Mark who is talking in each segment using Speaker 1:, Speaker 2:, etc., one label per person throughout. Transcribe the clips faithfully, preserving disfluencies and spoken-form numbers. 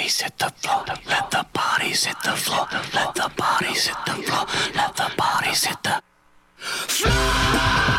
Speaker 1: bodies hit the floor. Let the bodies hit the floor. Let the bodies hit the floor. Let the bodies hit the floor.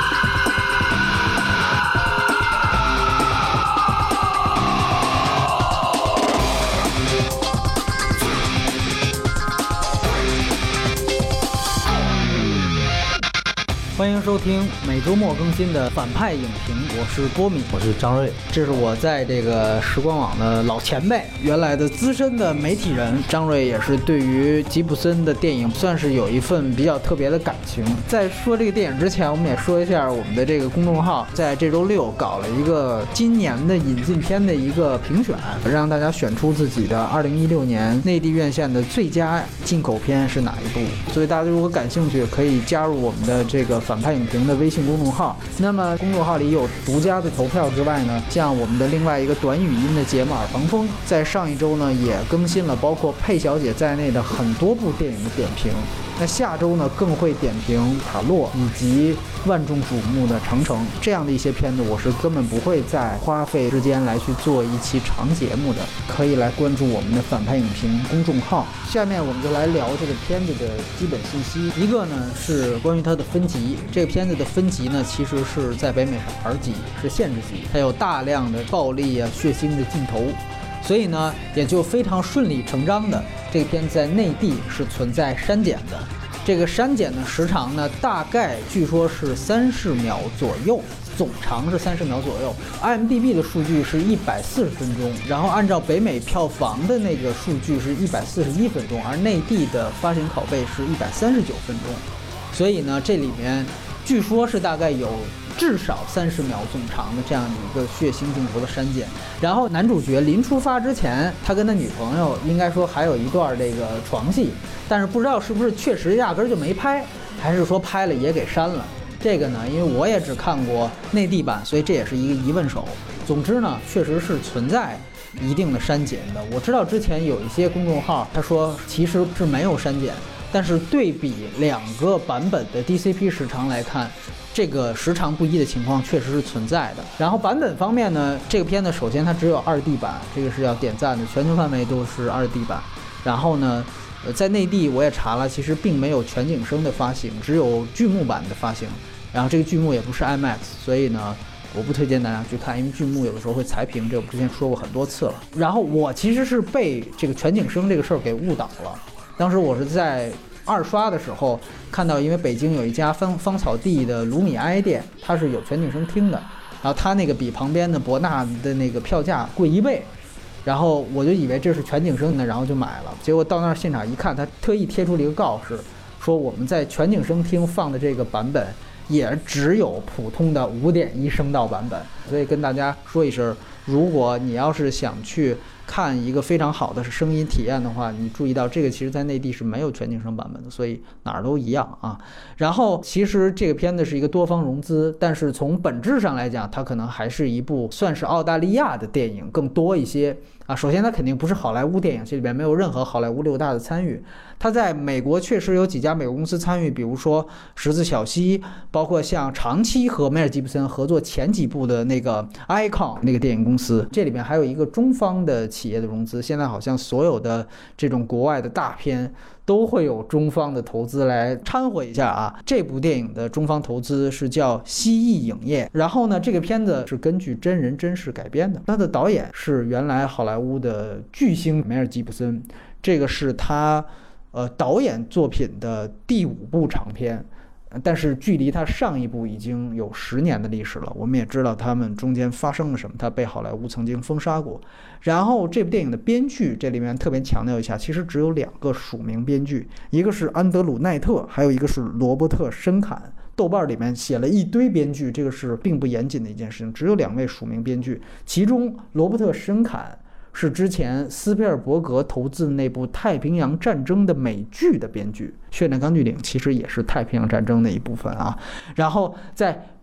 Speaker 2: 欢迎收听每周末更新的反派影评，我是波米，
Speaker 3: 我是张瑞，
Speaker 2: 这是我在这个时光网的老前辈，原来的资深的媒体人。张瑞也是对于吉普森的电影算是有一份比较特别的感情。在说这个电影之前，我们也说一下我们的这个公众号在这周六搞了一个今年的引进片的一个评选，让大家选出自己的二零一六年内地院线的最佳进口片是哪一部。所以大家如果感兴趣，可以加入我们的这个反派影评的微信公众号。那么公众号里有独家的投票之外呢，像我们的另外一个短语音的节目耳旁风，在上一周呢也更新了包括佩小姐在内的很多部电影的点评。那下周呢更会点评塔洛以及万众瞩目的长城，这样的一些片子我是根本不会在花费时间来去做一期长节目的，可以来关注我们的反派影评公众号。下面我们就来聊这个片子的基本信息。一个呢是关于它的分级，这个片子的分级呢其实是在北美是 R 级，是限制级，它有大量的暴力啊血腥的镜头，所以呢也就非常顺理成章的，这个片子在内地是存在删减的。这个删减的时长呢大概据说是三十秒左右，总长是三十秒左右。 I M D B 的数据是一百四十分钟，然后按照北美票房的那个数据是一百四十一分钟，而内地的发行拷贝是一百三十九分钟。所以呢这里面据说是大概有至少三十秒总长的这样的一个血腥镜头的删减。然后男主角临出发之前，他跟他女朋友应该说还有一段这个床戏，但是不知道是不是确实压根就没拍，还是说拍了也给删了。这个呢因为我也只看过内地版，所以这也是一个疑问手。总之呢确实是存在一定的删减的。我知道之前有一些公众号他说其实是没有删减，但是对比两个版本的 D C P 时长来看，这个时长不一的情况确实是存在的。然后版本方面呢，这个片子首先它只有 二 D 版，这个是要点赞的，全球范围都是 二 D 版。然后呢呃，在内地我也查了，其实并没有全景声的发行，只有剧目版的发行。然后这个剧目也不是 IMAX， 所以呢我不推荐大家去看，因为剧目有的时候会裁屏，这我之前说过很多次了。然后我其实是被这个全景声这个事儿给误导了。当时我是在二刷的时候看到，因为北京有一家芳芳草地的卢米埃店，它是有全景声厅的，然后它那个比旁边的博纳的那个票价贵一倍，然后我就以为这是全景声的，然后就买了。结果到那儿现场一看，他特意贴出了一个告示，说我们在全景声厅放的这个版本也只有普通的 五点一 声道版本。所以跟大家说一声，如果你要是想去看一个非常好的声音体验的话，你注意到这个其实在内地是没有全景声版本的，所以哪儿都一样啊。然后其实这个片子是一个多方融资，但是从本质上来讲，它可能还是一部算是澳大利亚的电影更多一些啊。首先它肯定不是好莱坞电影，这里边没有任何好莱坞六大的参与。它在美国确实有几家美国公司参与，比如说十字小溪，包括像长期和梅尔吉布森合作前几部的那个 Icon 那个电影公司，这里边还有一个中方的企业的融资。现在好像所有的这种国外的大片都会有中方的投资来掺和一下啊。这部电影的中方投资是叫蜥蜴影业，然后呢这个片子是根据真人真事改编的，它的导演是原来好莱坞的巨星梅尔吉布森，这个是他呃导演作品的第五部长片，但是距离他上一部已经有十年的历史了。我们也知道他们中间发生了什么，他被好莱坞曾经封杀过。然后这部电影的编剧，这里面特别强调一下，其实只有两个署名编剧，一个是安德鲁奈特，还有一个是罗伯特申坎。豆瓣里面写了一堆编剧，这个是并不严谨的一件事情，只有两位署名编剧，其中罗伯特申坎是之前斯皮尔伯格投资的那部太平洋战争的美剧的编剧，《血战钢锯岭》其实也是太平洋战争的一部分啊。然后在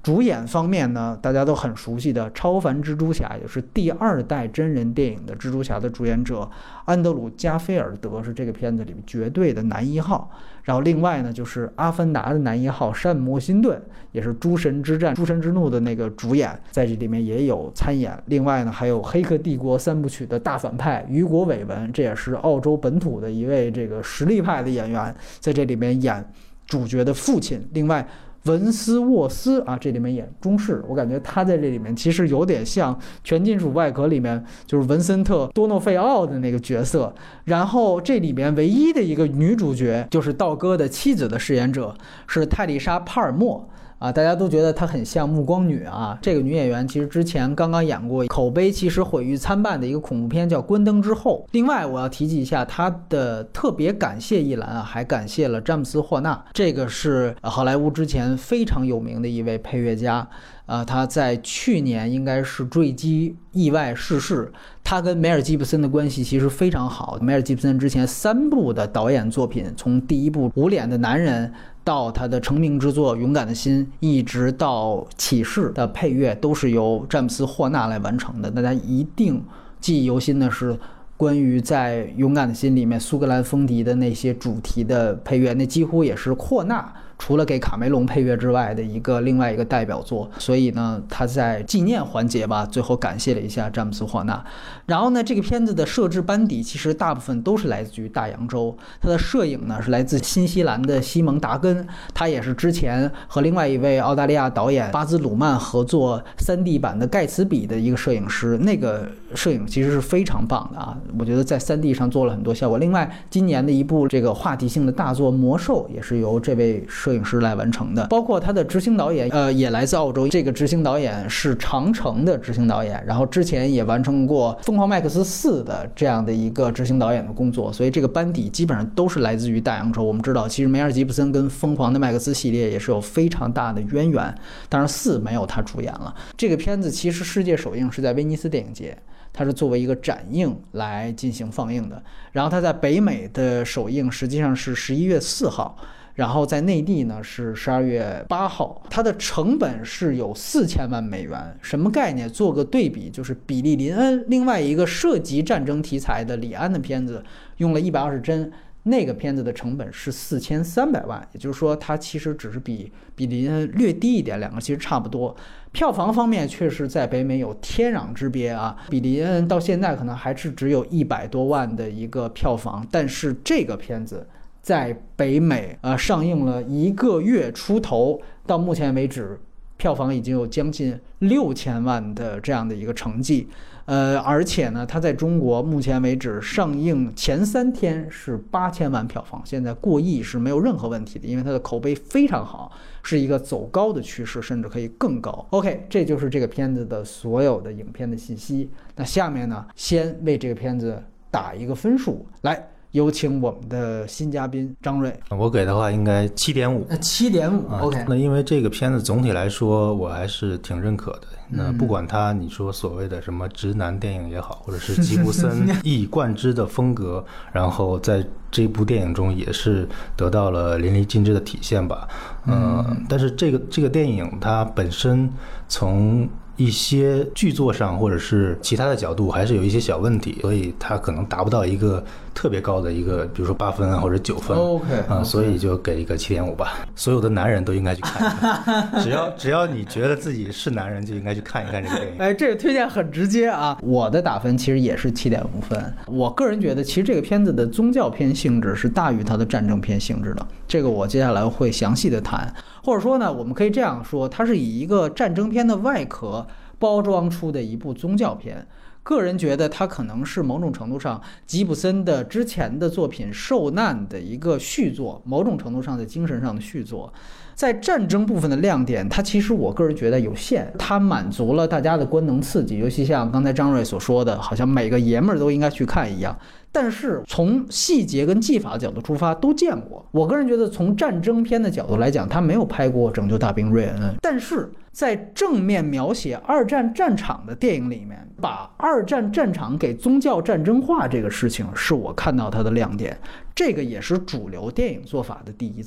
Speaker 2: 主演方面呢，大家都很熟悉的超凡蜘蛛侠，也是第二代真人电影的蜘蛛侠的主演者安德鲁·加菲尔德是这个片子里面绝对的男一号。然后另外呢，就是《阿凡达》的男一号山姆·莫辛顿，也是《诸神之战》《诸神之怒》的那个主演，在这里面也有参演。另外呢，还有《黑客帝国》三部曲的大反派雨果·韦文，这也是澳洲本土的一位这个实力派的演员，在这里面演主角的父亲。另外文斯沃斯啊，这里面演中士，我感觉他在这里面其实有点像《全金属外壳》里面就是文森特·多诺费奥的那个角色。然后这里面唯一的一个女主角就是道哥的妻子的饰演者是泰丽莎·帕尔默。啊，大家都觉得她很像暮光女啊。这个女演员其实之前刚刚演过口碑其实毁誉参半的一个恐怖片叫《关灯之后》。另外我要提及一下她的特别感谢一栏啊，还感谢了詹姆斯·霍纳，这个是好莱坞之前非常有名的一位配乐家。呃，他在去年应该是坠机意外逝世。他跟梅尔吉布森的关系其实非常好。梅尔吉布森之前三部的导演作品，从第一部《无脸的男人》到他的成名之作《勇敢的心》，一直到《启示》的配乐，都是由詹姆斯·霍纳来完成的。大家一定记忆犹新的是，关于在《勇敢的心》里面苏格兰风笛的那些主题的配乐，那几乎也是霍纳除了给卡梅隆配乐之外的一个另外一个代表作。所以呢，他在纪念环节吧，最后感谢了一下詹姆斯·霍纳。然后呢，这个片子的摄制班底其实大部分都是来自于大洋洲，他的摄影呢是来自新西兰的西蒙达根，他也是之前和另外一位澳大利亚导演巴兹鲁曼合作 三 D 版的盖茨比的一个摄影师。那个摄影其实是非常棒的啊，我觉得在 三 D 上做了很多效果。另外今年的一部这个话题性的大作《魔兽》也是由这位摄影师来完成的。包括他的执行导演呃也来自澳洲，这个执行导演是长城的执行导演，然后之前也完成过疯狂麦克斯四的这样的一个执行导演的工作，所以这个班底基本上都是来自于大洋洲。我们知道其实梅尔吉布森跟疯狂的麦克斯系列也是有非常大的渊源，当然四没有他主演了。这个片子其实世界首映是在威尼斯电影节，它是作为一个展映来进行放映的。然后它在北美的首映实际上是十一月四号，然后在内地呢是十二月八号。它的成本是有四千万美元，什么概念？做个对比，就是比利林恩另外一个涉及战争题材的李安的片子用了一百二十帧，那个片子的成本是四千三百万，也就是说它其实只是比比利恩略低一点，两个其实差不多。票房方面确实在北美有天壤之别啊，比利恩到现在可能还是只有一百多万的一个票房，但是这个片子在北美呃上映了一个月出头，到目前为止票房已经有将近六千万的这样的一个成绩。呃，而且呢，它在中国目前为止上映前三天是八千万票房，现在过亿是没有任何问题的，因为它的口碑非常好，是一个走高的趋势，甚至可以更高。OK， 这就是这个片子的所有的影片的信息。那下面呢，先为这个片子打一个分数，来。有请我们的新嘉宾张瑞。
Speaker 3: 我给的话应该七点五。
Speaker 2: 七点五 ，OK。
Speaker 3: 那因为这个片子总体来说我还是挺认可的。那不管他你说所谓的什么直男电影也好，或者是吉布森一以贯之的风格，然后在这部电影中也是得到了淋漓尽致的体现吧。呃、嗯，但是这个这个电影它本身从一些剧作上或者是其他的角度还是有一些小问题，所以它可能达不到一个特别高的一个，比如说八分啊或者九分。
Speaker 2: OK，
Speaker 3: 啊、呃，所以就给一个七点五吧。所有的男人都应该去看一看，只要只要你觉得自己是男人，就应该去看一看这个电影。
Speaker 2: 哎，这个推荐很直接啊！我的打分其实也是七点五分。我个人觉得，其实这个片子的宗教片性质是大于它的战争片性质的。这个我接下来会详细的谈，或者说呢，我们可以这样说，它是以一个战争片的外壳包装出的一部宗教片。个人觉得它可能是某种程度上吉普森的之前的作品《受难》的一个续作，某种程度上在精神上的续作。在战争部分的亮点，它其实我个人觉得有限，它满足了大家的官能刺激，尤其像刚才张瑞所说的，好像每个爷们儿都应该去看一样。但是从细节跟技法的角度出发，都见过。我个人觉得，从战争片的角度来讲，他没有拍过《拯救大兵瑞恩》，但是在正面描写二战战场的电影里面，把二战战场给宗教战争化这个事情，是我看到它的亮点。这个也是主流电影做法的第一次。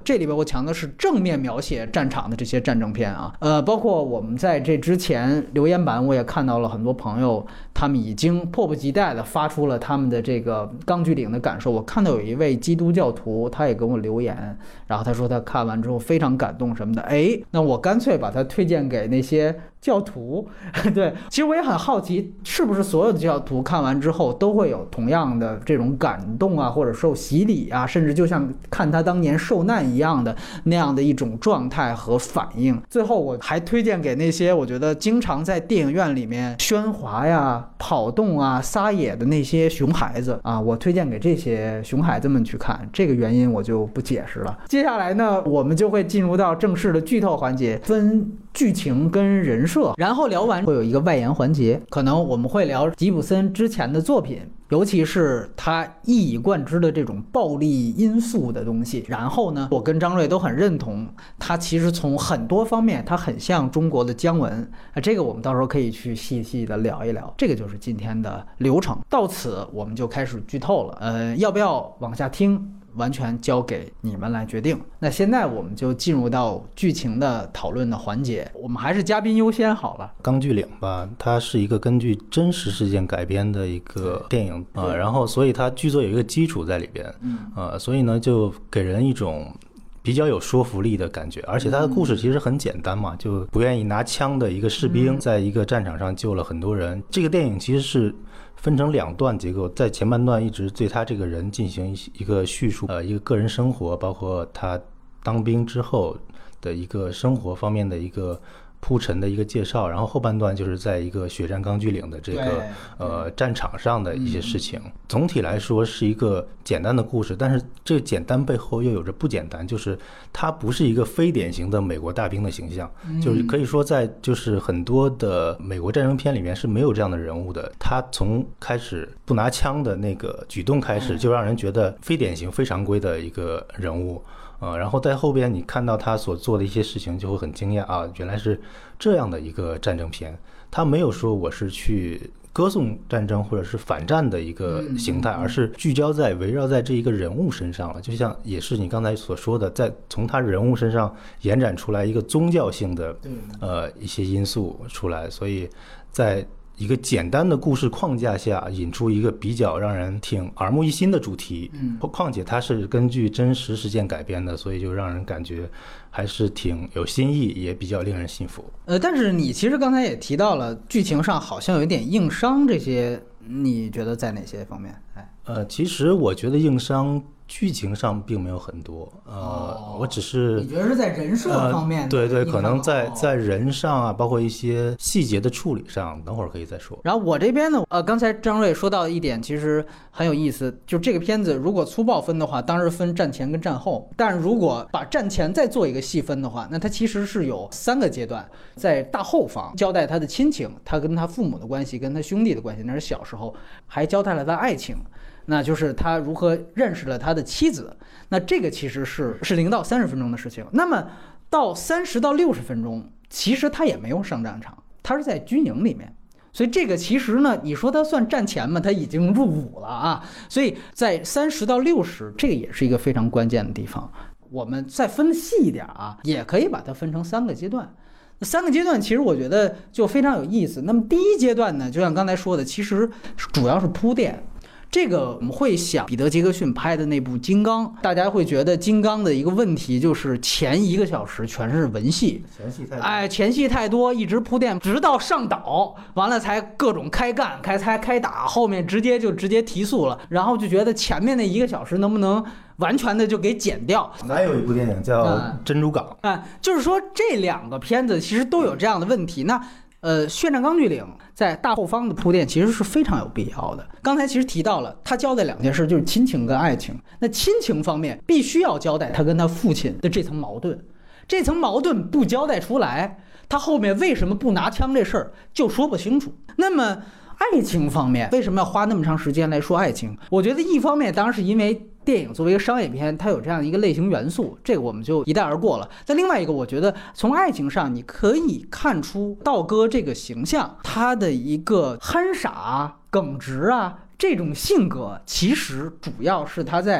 Speaker 2: 这里边我强的是正面描写战场的这些战争片啊，呃，包括我们在这之前留言板我也看到了很多朋友，他们已经迫不及待的发出了他们的这个钢锯岭的感受。我看到有一位基督教徒，他也跟我留言，然后他说他看完之后非常感动什么的。哎，那我干脆把它推荐给那些教徒。对，其实我也很好奇，是不是所有的教徒看完之后都会有同样的这种感动啊，或者受洗礼啊，甚至就像看他当年受难一样的那样的一种状态和反应。最后我还推荐给那些我觉得经常在电影院里面喧哗呀、跑动啊、撒野的那些熊孩子啊，我推荐给这些熊孩子们去看。这个原因我就不解释了。接下来呢，我们就会进入到正式的剧透环节，分剧情跟人设，然后聊完会有一个外延环节，可能我们会聊吉普森之前的作品，尤其是他一以贯之的这种暴力因素的东西。然后呢，我跟张瑞都很认同，他其实从很多方面他很像中国的姜文啊，这个我们到时候可以去细细的聊一聊。这个就是今天的流程，到此我们就开始剧透了。呃，要不要往下听？完全交给你们来决定。那现在我们就进入到剧情的讨论的环节，我们还是嘉宾优先好了。
Speaker 3: 钢锯岭吧，它是一个根据真实事件改编的一个电影啊、呃，然后所以它剧作有一个基础在里边，呃，所以呢就给人一种比较有说服力的感觉，而且他的故事其实很简单嘛，就不愿意拿枪的一个士兵在一个战场上救了很多人。这个电影其实是分成两段结构，在前半段一直对他这个人进行一个叙述，呃，一个个人生活，包括他当兵之后的一个生活方面的一个铺陈的一个介绍，然后后半段就是在一个血战钢锯岭的这个呃战场上的一些事情。总体来说是一个简单的故事，但是这个简单背后又有着不简单，就是它不是一个非典型的美国大兵的形象，就是可以说在就是很多的美国战争片里面是没有这样的人物的。他从开始不拿枪的那个举动开始，就让人觉得非典型非常规的一个人物。呃，然后在后边你看到他所做的一些事情，就会很惊讶啊，原来是这样的一个战争片。他没有说我是去歌颂战争或者是反战的一个形态，而是聚焦在围绕在这一个人物身上了。就像也是你刚才所说的，在从他人物身上延展出来一个宗教性的呃一些因素出来，所以在一个简单的故事框架下引出一个比较让人挺耳目一新的主题，嗯，况且它是根据真实事件改编的，所以就让人感觉还是挺有新意，也比较令人信服。
Speaker 2: 呃，但是你其实刚才也提到了剧情上好像有一点硬伤，这些你觉得在哪些方面？哎，
Speaker 3: 呃，其实我觉得硬伤剧情上并没有很多，呃，哦、我只是
Speaker 2: 你觉得是在人设方面、呃，
Speaker 3: 对对，可能在在人上啊，包括一些细节的处理上，等会儿可以再说。
Speaker 2: 然后我这边呢，呃，刚才张瑞说到一点，其实很有意思，就这个片子如果粗暴分的话，当然分战前跟战后，但如果把战前再做一个细分的话，那它其实是有三个阶段，在大后方交代他的亲情，他跟他父母的关系，跟他兄弟的关系，那是小时候，还交代了他爱情。那就是他如何认识了他的妻子，那这个其实是是零到三十分钟的事情。那么到三十到六十分钟，其实他也没有上战场，他是在军营里面。所以这个其实呢，你说他算战前嘛，他已经入伍了啊。所以在三十到六十，这个也是一个非常关键的地方。我们再分细一点啊，也可以把它分成三个阶段。三个阶段其实我觉得就非常有意思。那么第一阶段呢，就像刚才说的，其实主要是铺垫。这个我们会想彼得·杰克逊拍的那部《金刚》，大家会觉得《金刚》的一个问题就是前一个小时全是文戏，
Speaker 3: 前戏太多，
Speaker 2: 哎，前戏太多，一直铺垫，直到上岛完了才各种开干、开猜、开打，后面直接就直接提速了，然后就觉得前面那一个小时能不能完全的就给剪掉。
Speaker 3: 还有一部电影叫《珍珠港》，
Speaker 2: 哎、嗯嗯，就是说这两个片子其实都有这样的问题。那呃，血战钢锯岭在大后方的铺垫其实是非常有必要的。刚才其实提到了，他交代两件事，就是亲情跟爱情。那亲情方面必须要交代他跟他父亲的这层矛盾，这层矛盾不交代出来，他后面为什么不拿枪这事儿就说不清楚。那么爱情方面为什么要花那么长时间来说爱情？我觉得一方面当然是因为电影作为一个商业片，它有这样一个类型元素，这个我们就一带而过了。但另外一个，我觉得从爱情上你可以看出道哥这个形象，他的一个憨傻耿直啊这种性格，其实主要是他在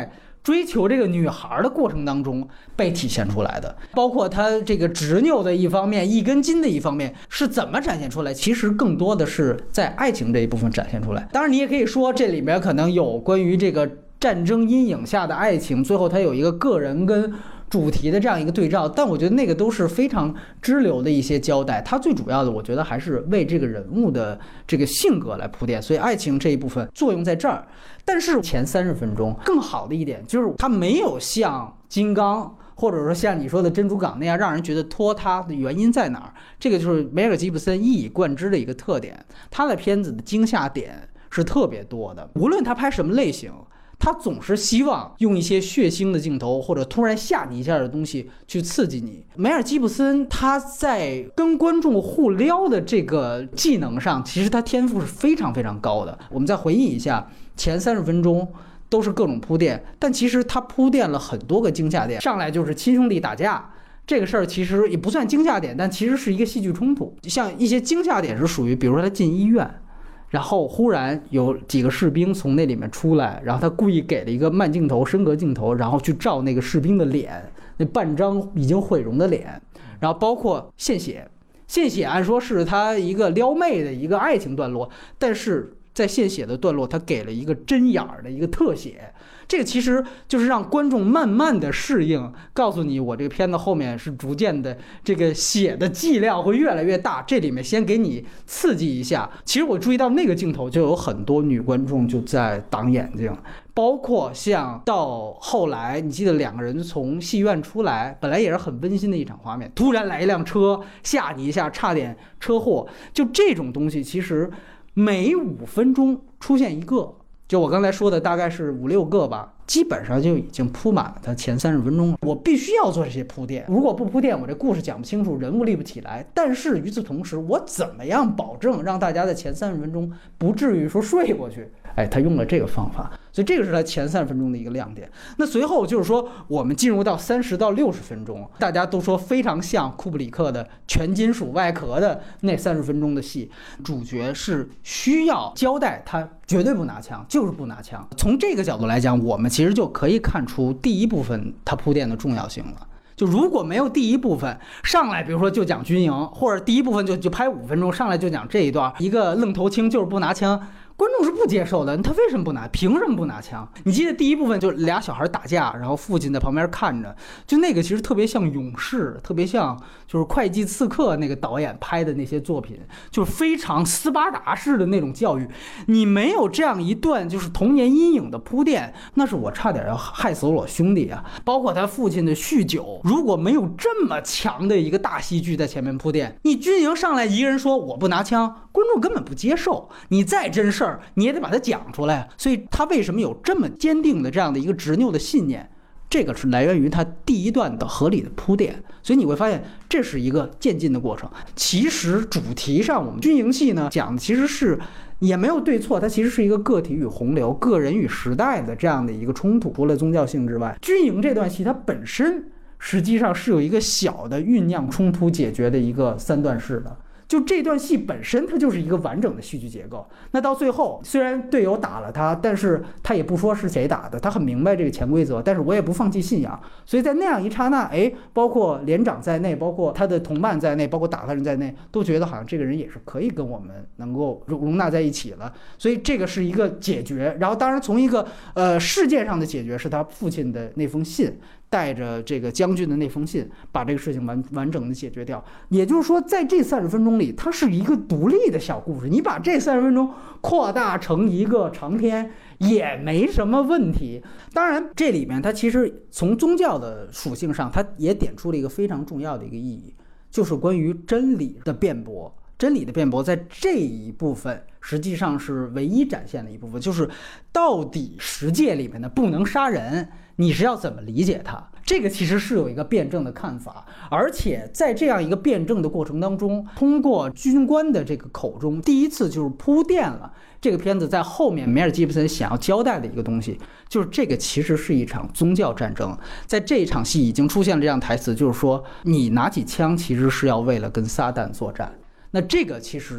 Speaker 2: 追求这个女孩的过程当中被体现出来的，包括他这个执拗的一方面，一根筋的一方面是怎么展现出来？其实更多的是在爱情这一部分展现出来。当然，你也可以说这里面可能有关于这个战争阴影下的爱情，最后他有一个个人跟主题的这样一个对照，但我觉得那个都是非常支流的一些交代。它最主要的，我觉得还是为这个人物的这个性格来铺垫，所以爱情这一部分作用在这儿。但是前三十分钟更好的一点就是，它没有像金刚或者说像你说的珍珠港那样让人觉得拖沓的原因在哪儿？这个就是梅尔吉布森一以贯之的一个特点，他的片子的惊吓点是特别多的，无论他拍什么类型。他总是希望用一些血腥的镜头或者突然吓你一下的东西去刺激你。梅尔吉布森他在跟观众互撩的这个技能上，其实他天赋是非常非常高的。我们再回忆一下，前三十分钟都是各种铺垫，但其实他铺垫了很多个惊吓点。上来就是亲兄弟打架，这个事儿其实也不算惊吓点，但其实是一个戏剧冲突。像一些惊吓点是属于，比如说他进医院，然后忽然有几个士兵从那里面出来，然后他故意给了一个慢镜头、升格镜头，然后去照那个士兵的脸，那半张已经毁容的脸，然后包括献血，献血按说是他一个撩妹的一个爱情段落，但是在献血的段落，他给了一个针眼儿的一个特写。这个其实就是让观众慢慢的适应，告诉你我这个片子后面是逐渐的这个血的剂量会越来越大，这里面先给你刺激一下。其实我注意到那个镜头就有很多女观众就在挡眼睛，包括像到后来你记得两个人从戏院出来，本来也是很温馨的一场画面，突然来一辆车吓你一下，差点车祸。就这种东西其实每五分钟出现一个，就我刚才说的大概是五六个吧，基本上就已经铺满了它前三十分钟了。我必须要做这些铺垫，如果不铺垫，我这故事讲不清楚，人物立不起来。但是与此同时，我怎么样保证让大家在前三十分钟不至于说睡过去？哎，他用了这个方法，所以这个是他前三十分钟的一个亮点。那随后就是说，我们进入到三十到六十分钟，大家都说非常像库布里克的全金属外壳的那三十分钟的戏，主角是需要交代他绝对不拿枪，就是不拿枪。从这个角度来讲，我们其实就可以看出第一部分他铺垫的重要性了。就如果没有第一部分上来，比如说就讲军营，或者第一部分就就拍五分钟上来就讲这一段，一个愣头青就是不拿枪，观众是不接受的。他为什么不拿？凭什么不拿枪？你记得第一部分就俩小孩打架，然后父亲在旁边看着，就那个其实特别像勇士，特别像就是会计刺客那个导演拍的那些作品，就是非常斯巴达式的那种教育。你没有这样一段就是童年阴影的铺垫，那是我差点要害死我兄弟啊！包括他父亲的酗酒，如果没有这么强的一个大戏剧在前面铺垫，你军营上来一个人说我不拿枪，观众根本不接受。你再真事儿，你也得把它讲出来。所以他为什么有这么坚定的这样的一个执拗的信念？这个是来源于他第一段的合理的铺垫，所以你会发现这是一个渐进的过程。其实主题上，我们军营戏呢讲的其实是也没有对错，它其实是一个个体与洪流、个人与时代的这样的一个冲突。除了宗教性之外，军营这段戏它本身实际上是有一个小的酝酿冲突解决的一个三段式的。就这段戏本身它就是一个完整的戏剧结构。那到最后虽然队友打了他，但是他也不说是谁打的，他很明白这个潜规则，但是我也不放弃信仰。所以在那样一刹那，哎，包括连长在内，包括他的同伴在内，包括打他人在内，都觉得好像这个人也是可以跟我们能够容纳在一起了。所以这个是一个解决。然后当然从一个呃事件上的解决是他父亲的那封信，带着这个将军的那封信，把这个事情完完整的解决掉。也就是说，在这三十分钟里，它是一个独立的小故事。你把这三十分钟扩大成一个长篇也没什么问题。当然，这里面它其实从宗教的属性上，它也点出了一个非常重要的一个意义，就是关于真理的辩驳。真理的辩驳在这一部分实际上是唯一展现的一部分，就是到底十诫里面的不能杀人，你是要怎么理解它？这个其实是有一个辩证的看法，而且在这样一个辩证的过程当中，通过军官的这个口中，第一次就是铺垫了这个片子在后面梅尔吉布森想要交代的一个东西，就是这个其实是一场宗教战争。在这一场戏已经出现了这样台词，就是说你拿起枪其实是要为了跟撒旦作战。那这个其实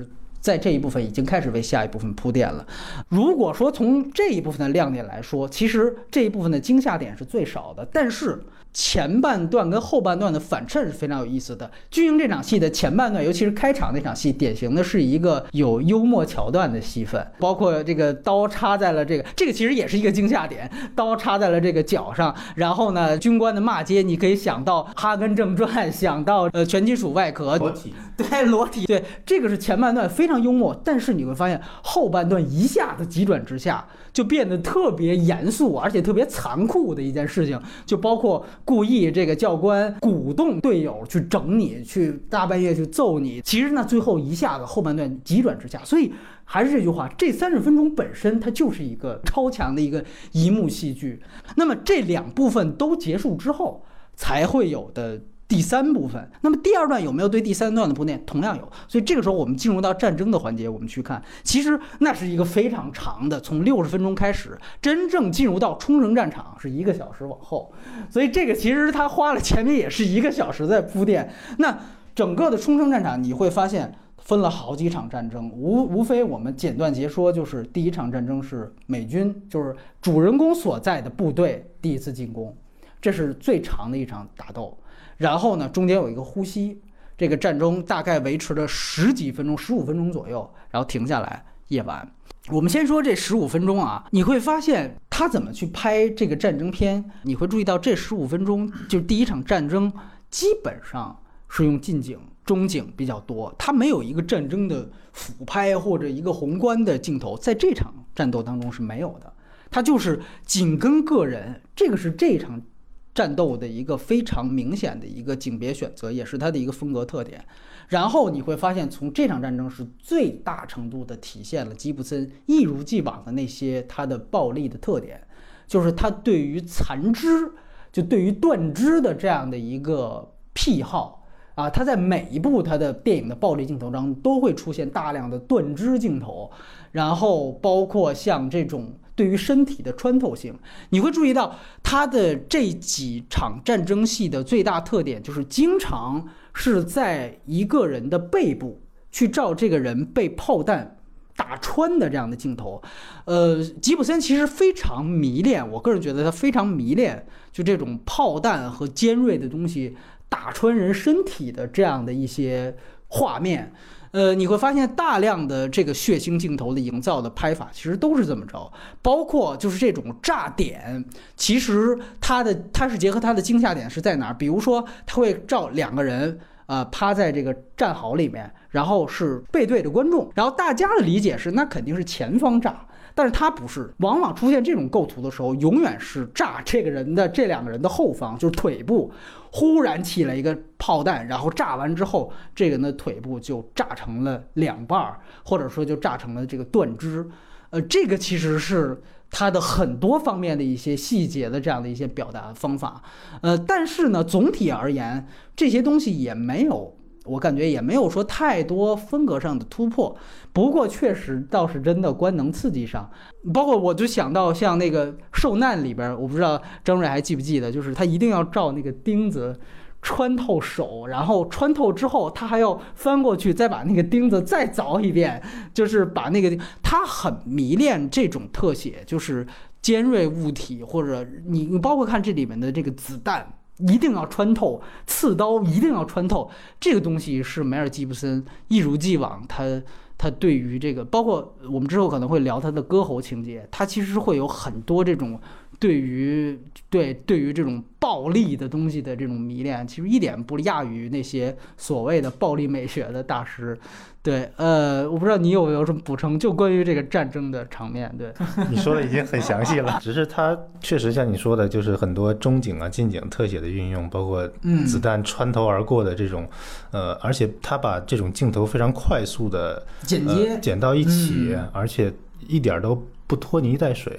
Speaker 2: 在这一部分已经开始为下一部分铺垫了。如果说从这一部分的亮点来说，其实这一部分的惊吓点是最少的，但是前半段跟后半段的反衬是非常有意思的。军营这场戏的前半段，尤其是开场那场戏，典型的是一个有幽默桥段的戏份，包括这个刀插在了这个，这个其实也是一个惊吓点，刀插在了这个脚上，然后呢，军官的骂街，你可以想到《哈根正传》，想到呃全金属外壳，
Speaker 3: 裸体，
Speaker 2: 对，裸体，对，这个是前半段非常幽默，但是你会发现后半段一下子急转直下，就变得特别严肃，而且特别残酷的一件事情，就包括故意这个教官鼓动队友去整你，去大半夜去揍你。其实呢，最后一下子后半段急转直下，所以还是这句话，这三十分钟本身它就是一个超强的一个一幕戏剧。那么这两部分都结束之后，才会有的第三部分。那么第二段有没有对第三段的铺垫？同样有。所以这个时候我们进入到战争的环节，我们去看，其实那是一个非常长的，从六十分钟开始，真正进入到冲绳战场是一个小时往后。所以这个其实他花了前面也是一个小时在铺垫。那整个的冲绳战场你会发现分了好几场战争，无无非我们简短截说，就是第一场战争是美军，就是主人公所在的部队第一次进攻，这是最长的一场打斗。然后呢，中间有一个呼吸，这个战争大概维持了十几分钟，十五分钟左右，然后停下来，夜晚。我们先说这十五分钟啊，你会发现他怎么去拍这个战争片，你会注意到这十五分钟就是第一场战争，基本上是用近景、中景比较多，它没有一个战争的俯拍或者一个宏观的镜头，在这场战斗当中是没有的，它就是紧跟个人，这个是这场战斗的一个非常明显的一个景别选择，也是它的一个风格特点。然后你会发现，从这场战争是最大程度的体现了吉卜森一如既往的那些他的暴力的特点，就是他对于残肢，就对于断肢的这样的一个癖好啊，他在每一部他的电影的暴力镜头中都会出现大量的断肢镜头，然后包括像这种对于身体的穿透性，你会注意到他的这几场战争戏的最大特点就是经常是在一个人的背部去照这个人被炮弹打穿的这样的镜头。呃，吉卜森其实非常迷恋，我个人觉得他非常迷恋就这种炮弹和尖锐的东西打穿人身体的这样的一些画面。呃，你会发现大量的这个血腥镜头的营造的拍法其实都是这么着，包括就是这种炸点，其实它的它是结合它的惊吓点是在哪儿？比如说，它会照两个人呃趴在这个战壕里面，然后是背对着观众，然后大家的理解是那肯定是前方炸。但是它不是，往往出现这种构图的时候，永远是炸这个人的这两个人的后方，就是腿部，忽然起了一个炮弹，然后炸完之后，这个人的腿部就炸成了两半，或者说就炸成了这个断肢。呃，这个其实是它的很多方面的一些细节的这样的一些表达方法。呃，但是呢，总体而言，这些东西也没有。我感觉也没有说太多风格上的突破，不过确实倒是真的官能刺激上，包括我就想到像那个受难里边，我不知道张瑞还记不记得，就是他一定要照那个钉子穿透手，然后穿透之后他还要翻过去再把那个钉子再凿一遍，就是把那个他很迷恋这种特写，就是尖锐物体，或者你你包括看这里面的这个子弹一定要穿透，刺刀一定要穿透，这个东西是梅尔吉布森一如既往他他对于这个，包括我们之后可能会聊他的割喉情节，他其实会有很多这种对于对对于这种暴力的东西的这种迷恋，其实一点不亚于那些所谓的暴力美学的大师。对，呃，我不知道你有没有什么补充，就关于这个战争的场面。对，
Speaker 3: 你说的已经很详细了，只是它确实像你说的，就是很多中景啊、近景特写的运用，包括子弹穿头而过的这种，嗯、呃，而且他把这种镜头非常快速的
Speaker 2: 剪接、
Speaker 3: 呃、剪到一起，
Speaker 2: 嗯、
Speaker 3: 而且一点都不拖泥带水。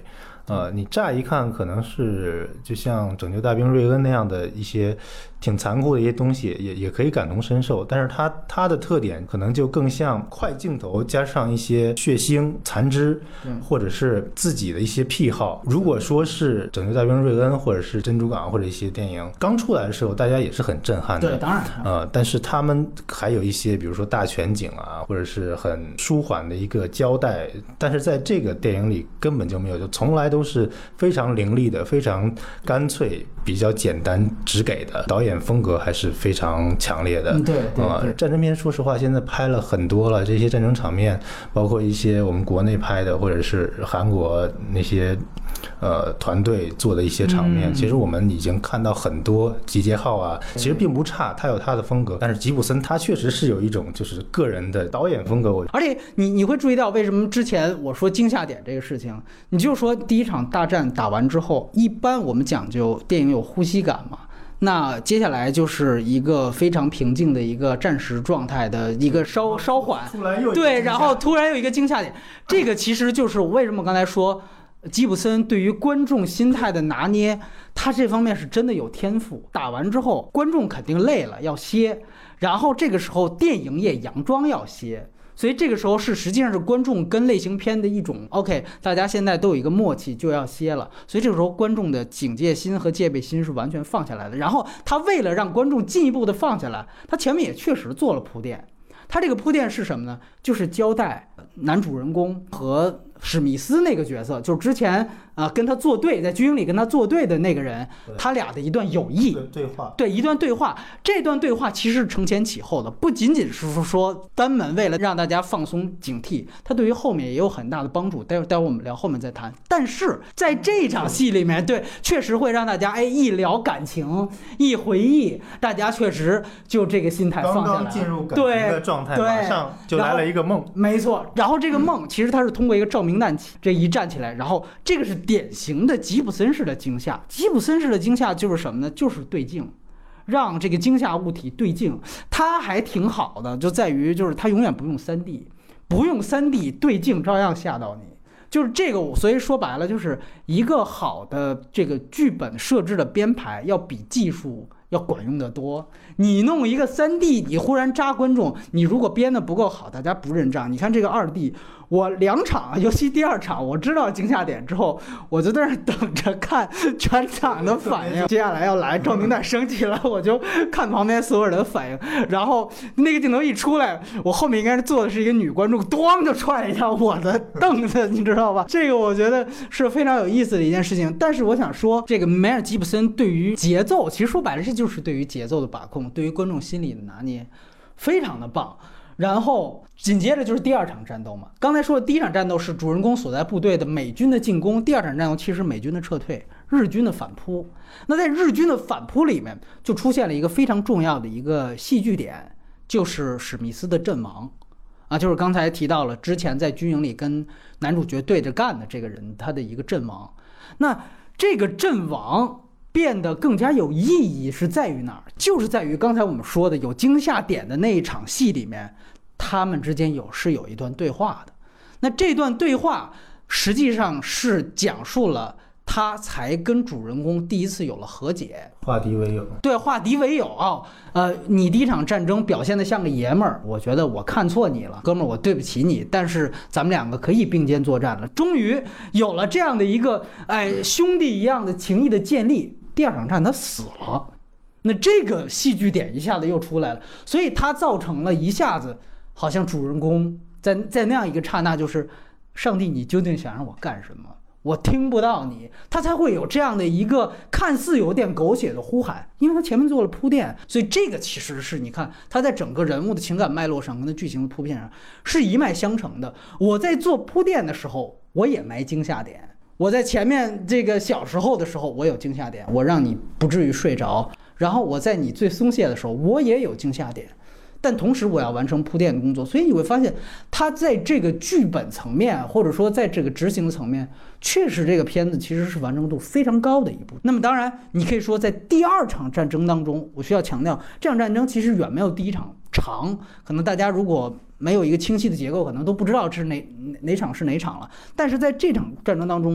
Speaker 3: 呃，你乍一看可能是就像拯救大兵瑞恩那样的一些挺残酷的一些东西，也也可以感同身受，但是它它的特点可能就更像快镜头加上一些血腥残肢，或者是自己的一些癖好。如果说是拯救大兵瑞恩或者是珍珠港或者一些电影刚出来的时候，大家也是很震撼的，
Speaker 2: 对，当然
Speaker 3: 呃，但是他们还有一些比如说大全景啊，或者是很舒缓的一个交代，但是在这个电影里根本就没有，就从来都是非常凌厉的，非常干脆，比较简单直给的，导演风格还是非常强烈的。
Speaker 2: 嗯、对对对、
Speaker 3: 呃，战争片说实话现在拍了很多了，这些战争场面包括一些我们国内拍的或者是韩国那些呃团队做的一些场面、嗯、其实我们已经看到很多，集结号啊其实并不差，他有他的风格，但是吉普森他确实是有一种就是个人的导演风格。我
Speaker 2: 而且你你会注意到为什么之前我说惊吓点这个事情，你就说第一场大战打完之后，一般我们讲究电影有呼吸感嘛，那接下来就是一个非常平静的一个战时状态的一个稍稍缓，对，然后突然有一个惊吓点，这个其实就是为什么刚才说吉普森对于观众心态的拿捏，他这方面是真的有天赋。打完之后观众肯定累了要歇，然后这个时候电影也佯装要歇，所以这个时候是实际上是观众跟类型片的一种 OK， 大家现在都有一个默契就要歇了，所以这个时候观众的警戒心和戒备心是完全放下来的。然后他为了让观众进一步的放下来，他前面也确实做了铺垫。他这个铺垫是什么呢？就是交代男主人公和史密斯那个角色，就是之前啊、呃、跟他作对，在军营里跟他作对的那个人，他俩的一段友谊
Speaker 3: 对话，
Speaker 2: 对一段对话。这段对话其实是承前启后的，不仅仅是说单门为了让大家放松警惕，他对于后面也有很大的帮助。待会待会我们聊后面再谈。但是在这场戏里面，对，确实会让大家哎一聊感情，一回忆，大家确实就这个心态放下来了，
Speaker 3: 刚刚进入感情的状态，马上就来了一个梦。
Speaker 2: 没错，然后这个梦其实它是通过一个照明弹起，这一站起来，然后这个是典型的吉普森式的惊吓。吉普森式的惊吓就是什么呢？就是对镜，让这个惊吓物体对镜。它还挺好的，就在于就是它永远不用 三 D， 不用 三 D 对镜照样吓到你。就是这个，所以说白了，就是一个好的这个剧本设置的编排要比技术要管用得多。你弄一个 三 D， 你忽然扎观众，你如果编得不够好，大家不认账。你看这个 二 D， 我两场，尤其第二场，我知道惊吓点之后，我就在那等着看全场的反应。接下来要来照明弹升起了，我就看旁边所有人的反应。然后那个镜头一出来，我后面应该是坐的是一个女观众，咣就踹了一下我的凳子，你知道吧？这个我觉得是非常有意思的一件事情。但是我想说，这个梅尔吉普森对于节奏，其实说白了，这就是对于节奏的把控，对于观众心理的拿捏，非常的棒。然后紧接着就是第二场战斗嘛，刚才说的第一场战斗是主人公所在部队的美军的进攻，第二场战斗其实美军的撤退，日军的反扑。那在日军的反扑里面就出现了一个非常重要的一个戏剧点，就是史密斯的阵亡啊，就是刚才提到了之前在军营里跟男主角对着干的这个人，他的一个阵亡。那这个阵亡变得更加有意义是在于哪儿？就是在于刚才我们说的有惊吓点的那一场戏里面，他们之间有是有一段对话的。那这段对话实际上是讲述了他才跟主人公第一次有了和解，
Speaker 3: 化敌为友。
Speaker 2: 对，化敌为友啊、哦！呃，你第一场战争表现得像个爷们儿，我觉得我看错你了，哥们儿，我对不起你。但是咱们两个可以并肩作战了，终于有了这样的一个哎兄弟一样的情谊的建立。第二场战他死了，那这个戏剧点一下子又出来了，所以它造成了一下子好像主人公在在那样一个刹那，就是上帝，你究竟想让我干什么？我听不到你，他才会有这样的一个看似有点狗血的呼喊，因为他前面做了铺垫，所以这个其实是你看他在整个人物的情感脉络上跟他剧情的铺垫上是一脉相承的。我在做铺垫的时候，我也埋惊吓点。我在前面这个小时候的时候，我有惊吓点，我让你不至于睡着。然后我在你最松懈的时候，我也有惊吓点。但同时我要完成铺垫的工作，所以你会发现它在这个剧本层面，或者说在这个执行层面，确实这个片子其实是完成度非常高的一部。那么当然你可以说在第二场战争当中，我需要强调这场战争其实远没有第一场长，可能大家如果没有一个清晰的结构，可能都不知道这是哪哪场是哪场了。但是在这场战争当中，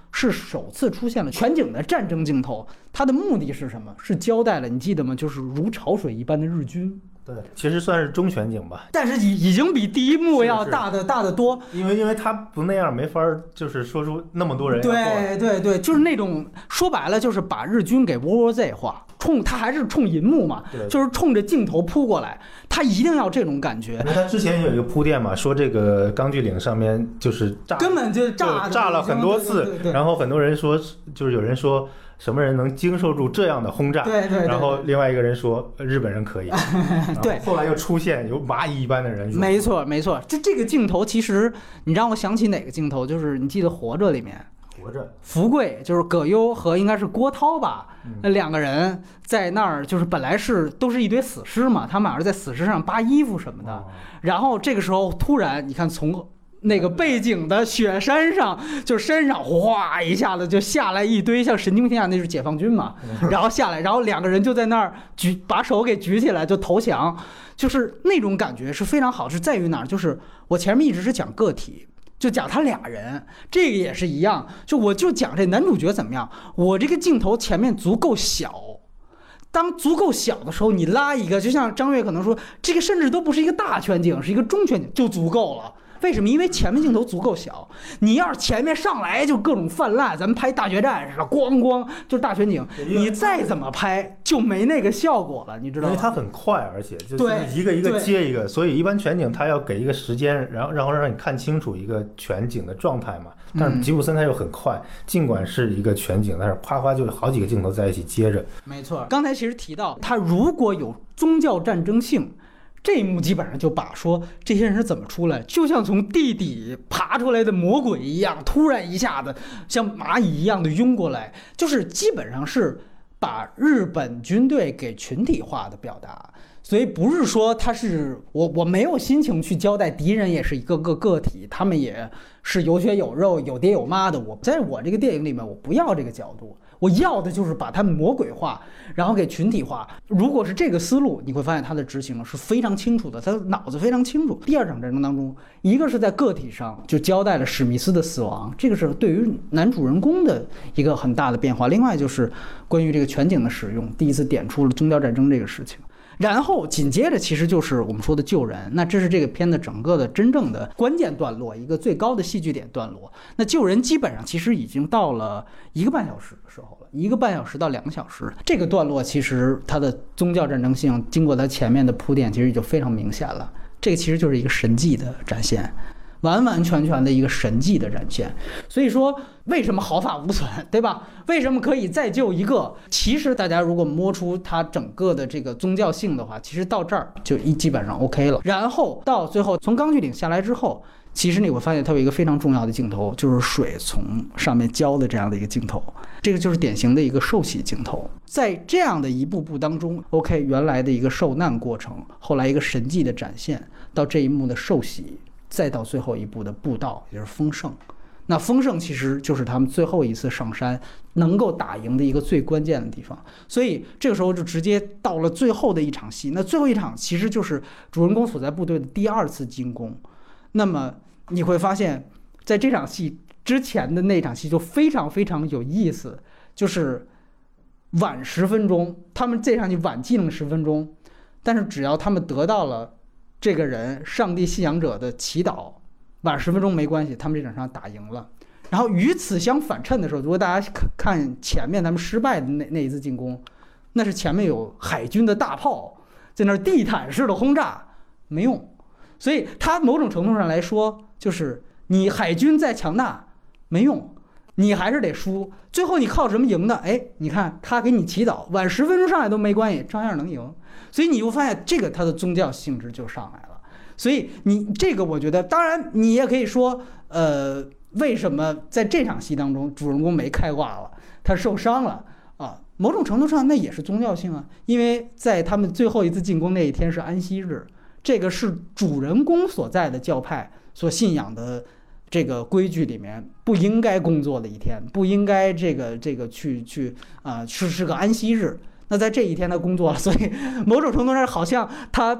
Speaker 2: 是首次出现了全景的战争镜头，它的目的是什么？是交代了，你记得吗？就是如潮水一般的日军。
Speaker 3: 对，其实算是中全景吧，
Speaker 2: 但是已已经比第一幕要大的大得多，
Speaker 3: 因为因为他不那样没法就是说出那么多人要过来。
Speaker 2: 对对对，就是那种说白了就是把日军给窝窝 Z 化，冲他还是冲银幕嘛，就是冲着镜头扑过来，他一定要这种感觉。
Speaker 3: 因为他之前有一个铺垫嘛，说这个钢锯岭上面就是炸，
Speaker 2: 根本就炸
Speaker 3: 炸了很多次，
Speaker 2: 对对对对，
Speaker 3: 然后很多人说，就是有人说。什么人能经受住这样的轰炸？
Speaker 2: 对对 对, 对。
Speaker 3: 然后另外一个人说日本人可以。
Speaker 2: 对。
Speaker 3: 后来又出现有蚂蚁一般的人。
Speaker 2: 没错没错，这这个镜头其实你让我想起哪个镜头？就是你记得《活着》里面。
Speaker 3: 活着。
Speaker 2: 福贵就是葛优和应该是郭涛吧，那、
Speaker 3: 嗯、
Speaker 2: 两个人在那儿，就是本来是都是一堆死尸嘛，他们俩是在死尸上扒衣服什么的。哦、然后这个时候突然你看从。那个背景的雪山上，就山上哗一下子就下来一堆像神经病一样，那是解放军嘛，然后下来，然后两个人就在那儿举把手给举起来就投降，就是那种感觉是非常好，是在于哪儿？就是我前面一直是讲个体，就讲他俩人，这个也是一样，就我就讲这男主角怎么样，我这个镜头前面足够小。当足够小的时候，你拉一个，就像张悦可能说，这个甚至都不是一个大全景，是一个中全景就足够了。为什么？因为前面镜头足够小，你要是前面上来就各种泛滥，咱们拍大决战似的，咣咣就是大全景，你再怎么拍就没那个效果了，你知道吗？
Speaker 3: 因为它很快，而且就是一个一个接一个，所以一般全景它要给一个时间，然后然后让你看清楚一个全景的状态嘛。但是吉普森他又很快，尽管是一个全景，但是啪啪就好几个镜头在一起接着。
Speaker 2: 没错，刚才其实提到，他如果有宗教战争性。这一幕基本上就把说这些人是怎么出来，就像从地底爬出来的魔鬼一样，突然一下子像蚂蚁一样的涌过来，就是基本上是把日本军队给群体化的表达。所以不是说他是我我没有心情去交代敌人也是一个个个体，他们也是有血有肉有爹有妈的，我在我这个电影里面我不要这个角度，我要的就是把他们魔鬼化，然后给群体化。如果是这个思路，你会发现他的执行是非常清楚的，他的脑子非常清楚。第二场战争当中，一个是在个体上就交代了史密斯的死亡，这个是对于男主人公的一个很大的变化。另外就是关于这个全景的使用，第一次点出了宗教战争这个事情。然后紧接着其实就是我们说的救人，那这是这个片的整个的真正的关键段落，一个最高的戏剧点段落。那救人基本上其实已经到了一个半小时的时候了，一个半小时到两个小时，这个段落其实它的宗教战争性经过它前面的铺垫其实就非常明显了，这个其实就是一个神迹的展现，完完全全的一个神迹的展现。所以说为什么毫发无损，对吧？为什么可以再救一个？其实大家如果摸出它整个的这个宗教性的话，其实到这儿就一基本上 OK 了。然后到最后从钢锯岭下来之后，其实你会发现它有一个非常重要的镜头，就是水从上面浇的这样的一个镜头，这个就是典型的一个受洗镜头。在这样的一步步当中 OK 原来的一个受难过程，后来一个神迹的展现，到这一幕的受洗，再到最后一步的布道，也就是丰盛。那丰盛其实就是他们最后一次上山能够打赢的一个最关键的地方，所以这个时候就直接到了最后的一场戏。那最后一场其实就是主人公所在部队的第二次进攻。那么你会发现在这场戏之前的那场戏就非常非常有意思，就是晚十分钟，他们这场戏晚进了十分钟，但是只要他们得到了这个人上帝信仰者的祈祷，晚十分钟没关系，他们这场仗打赢了。然后与此相反衬的时候，如果大家看前面他们失败的那那一次进攻，那是前面有海军的大炮在那儿地毯式的轰炸，没用。所以它某种程度上来说，就是你海军再强大没用，你还是得输。最后你靠什么赢的？哎，你看他给你祈祷，晚十分钟上来都没关系，照样能赢。所以你就发现这个它的宗教性质就上来了。所以你这个我觉得，当然你也可以说，呃，为什么在这场戏当中主人公没开挂了，他受伤了啊？某种程度上那也是宗教性啊，因为在他们最后一次进攻那一天是安息日，这个是主人公所在的教派所信仰的这个规矩里面不应该工作的一天，不应该这个这个去去啊、呃、是是个安息日。那在这一天他工作了，所以某种程度上好像他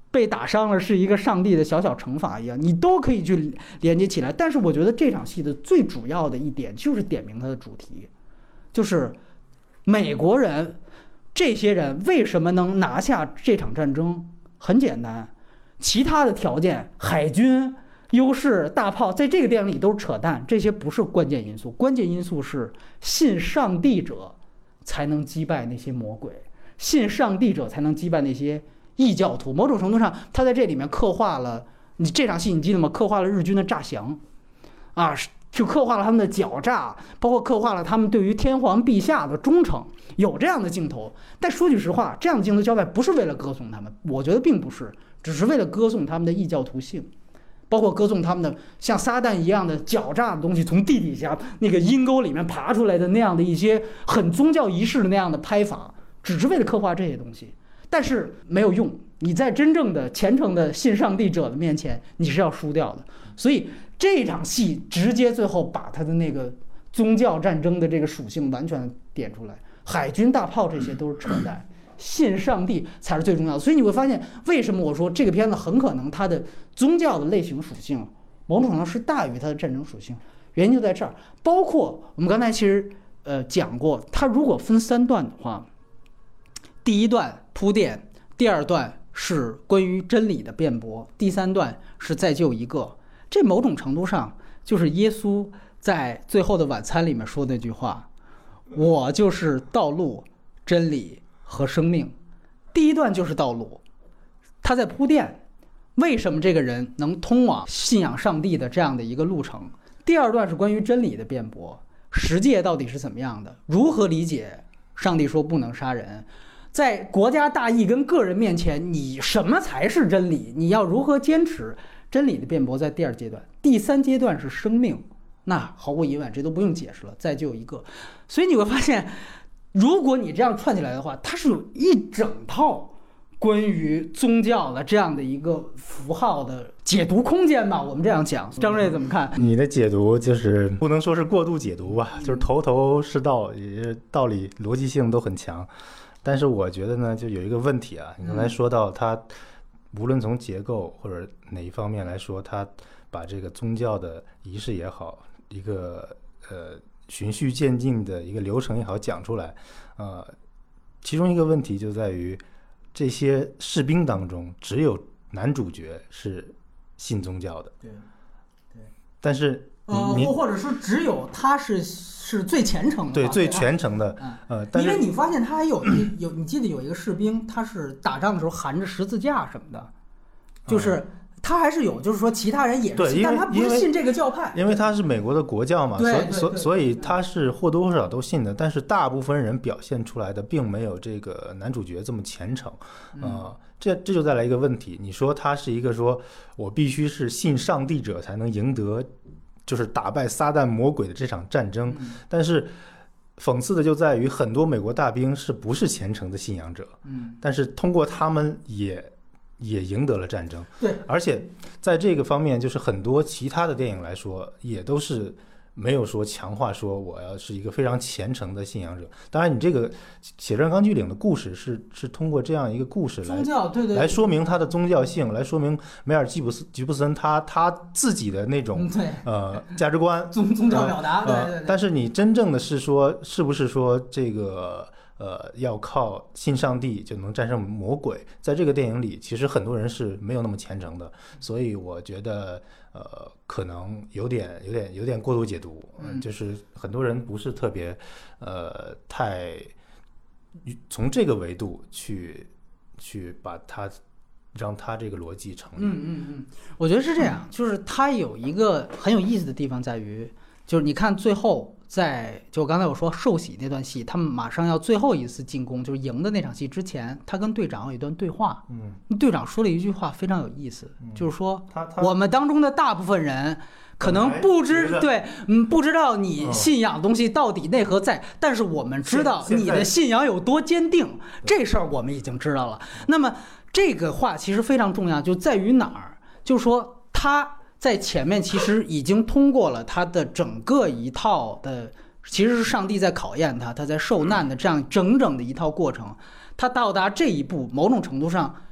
Speaker 4: 被打伤了是一个上帝的小小惩罚一样，你都可以去连接起来。但是我觉得这场戏的最主要的一点就是点明它的主题，就是美国人这些人为什么能拿下这场战争？很简单，其他的条件，海军优势、大炮，在这个电影里都是扯淡，这些不是关键因素。关键因素是信上帝者才能击败那些魔鬼，信上帝者才能击败那些异教徒。某种程度上，他在这里面刻画了，你这场戏你记得吗？刻画了日军的诈降，啊，就刻画了他们的狡诈，包括刻画了他们对于天皇陛下的忠诚，有这样的镜头。但说句实话，这样的镜头交代不是为了歌颂他们，我觉得并不是，只是为了歌颂他们的异教徒性，包括歌颂他们的像撒旦一样的狡诈的东西从地底下那个阴沟里面爬出来的那样的一些很宗教仪式的那样的拍法，只是为了刻画这些东西。但是没有用，你在真正的虔诚的信上帝者的面前，你是要输掉的。所以这场戏直接最后把他的那个宗教战争的这个属性完全点出来，海军大炮这些都是扯淡，信上帝才是最重要的。所以你会发现，为什么我说这个片子很可能它的宗教的类型属性某种程度上是大于它的战争属性，原因就在这儿。包括我们刚才其实呃讲过，它如果分三段的话，第一段铺垫，第二段是关于真理的辩驳，第三段是再救一个。这某种程度上就是耶稣在最后的晚餐里面说那句话，我就是道路、真理和生命。第一段就是道路，他在铺垫为什么这个人能通往信仰上帝的这样的一个路程。第二段是关于真理的辩驳，世界到底是怎么样的，如何理解上帝说不能杀人，在国家大义跟个人面前，你什么才是真理，你要如何坚持。真理的辩驳在第二阶段，第三阶段是生命，那毫无疑问这都不用解释了，再就一个。所以你会发现，如果你这样串起来的话，它是有一整套关于宗教的这样的一个符号的解读空间吧，我们这样讲。张瑞怎么看？
Speaker 3: 你的解读就是不能说是过度解读吧，就是头头是道，也道理逻辑性都很强。但是我觉得呢，就有一个问题啊，你刚才说到它无论从结构或者哪一方面来说，它把这个宗教的仪式也好，一个呃循序渐进的一个流程也好讲出来，呃，其中一个问题就在于这些士兵当中只有男主角是信宗教的，
Speaker 4: 对，对，
Speaker 3: 但是
Speaker 4: 呃，或或者说只有他是是最虔诚的，
Speaker 3: 对，最全程的，
Speaker 4: 嗯、
Speaker 3: 呃，但是
Speaker 4: 因为你发现他还有有，你记得有一个士兵，他是打仗的时候含着十字架什么的，就是他还是有，就是说其他人也是信，但他不是信这个教派，
Speaker 3: 因为他是美国的国教嘛，
Speaker 4: 对
Speaker 3: 所以所所以他是或多或少都信的，但是大部分人表现出来的并没有这个男主角这么虔诚，
Speaker 4: 嗯、
Speaker 3: 呃，这这就带来一个问题，你说他是一个说我必须是信上帝者才能赢得。就是打败撒旦魔鬼的这场战争，
Speaker 4: 嗯、
Speaker 3: 但是讽刺的就在于很多美国大兵是不是虔诚的信仰者，
Speaker 4: 嗯，
Speaker 3: 但是通过他们也也赢得了战争，
Speaker 4: 对，
Speaker 3: 而且在这个方面，就是很多其他的电影来说，也都是没有说强化说我要是一个非常虔诚的信仰者。当然，你这个《血战钢锯岭》的故事是是通过这样一个故事来
Speaker 4: 宗教，对对，
Speaker 3: 来说明他的宗教性，来说明梅尔吉布斯吉布森他他自己的那种、
Speaker 4: 嗯、对
Speaker 3: 呃价值观
Speaker 4: 宗宗教表达，
Speaker 3: 呃、
Speaker 4: 对对对。
Speaker 3: 但是你真正的是说，是不是说这个？呃，要靠信上帝就能战胜魔鬼，在这个电影里，其实很多人是没有那么虔诚的，所以我觉得，呃，可能有点、有点、有点过度解读，嗯、呃，就是很多人不是特别，呃，太从这个维度去去把它让它这个逻辑成立。
Speaker 4: 嗯嗯嗯，我觉得是这样，就是它有一个很有意思的地方在于，就是你看最后。在就刚才我说受洗那段戏，他们马上要最后一次进攻，就是赢的那场戏之前，他跟队长有一段对话。
Speaker 3: 嗯，
Speaker 4: 队长说了一句话非常有意思，
Speaker 3: 嗯、
Speaker 4: 就是说
Speaker 3: 他他
Speaker 4: 我们当中的大部分人可能不知对，嗯，不知道你信仰东西到底内核在，嗯、但是我们知道你的信仰有多坚定，这事儿我们已经知道了。那么这个话其实非常重要，就在于哪儿？就是说他。在前面其实已经通过了他的整个一套的，其实是上帝在考验他，他在受难的这样整整的一套过程。他到达这一步，某种程度上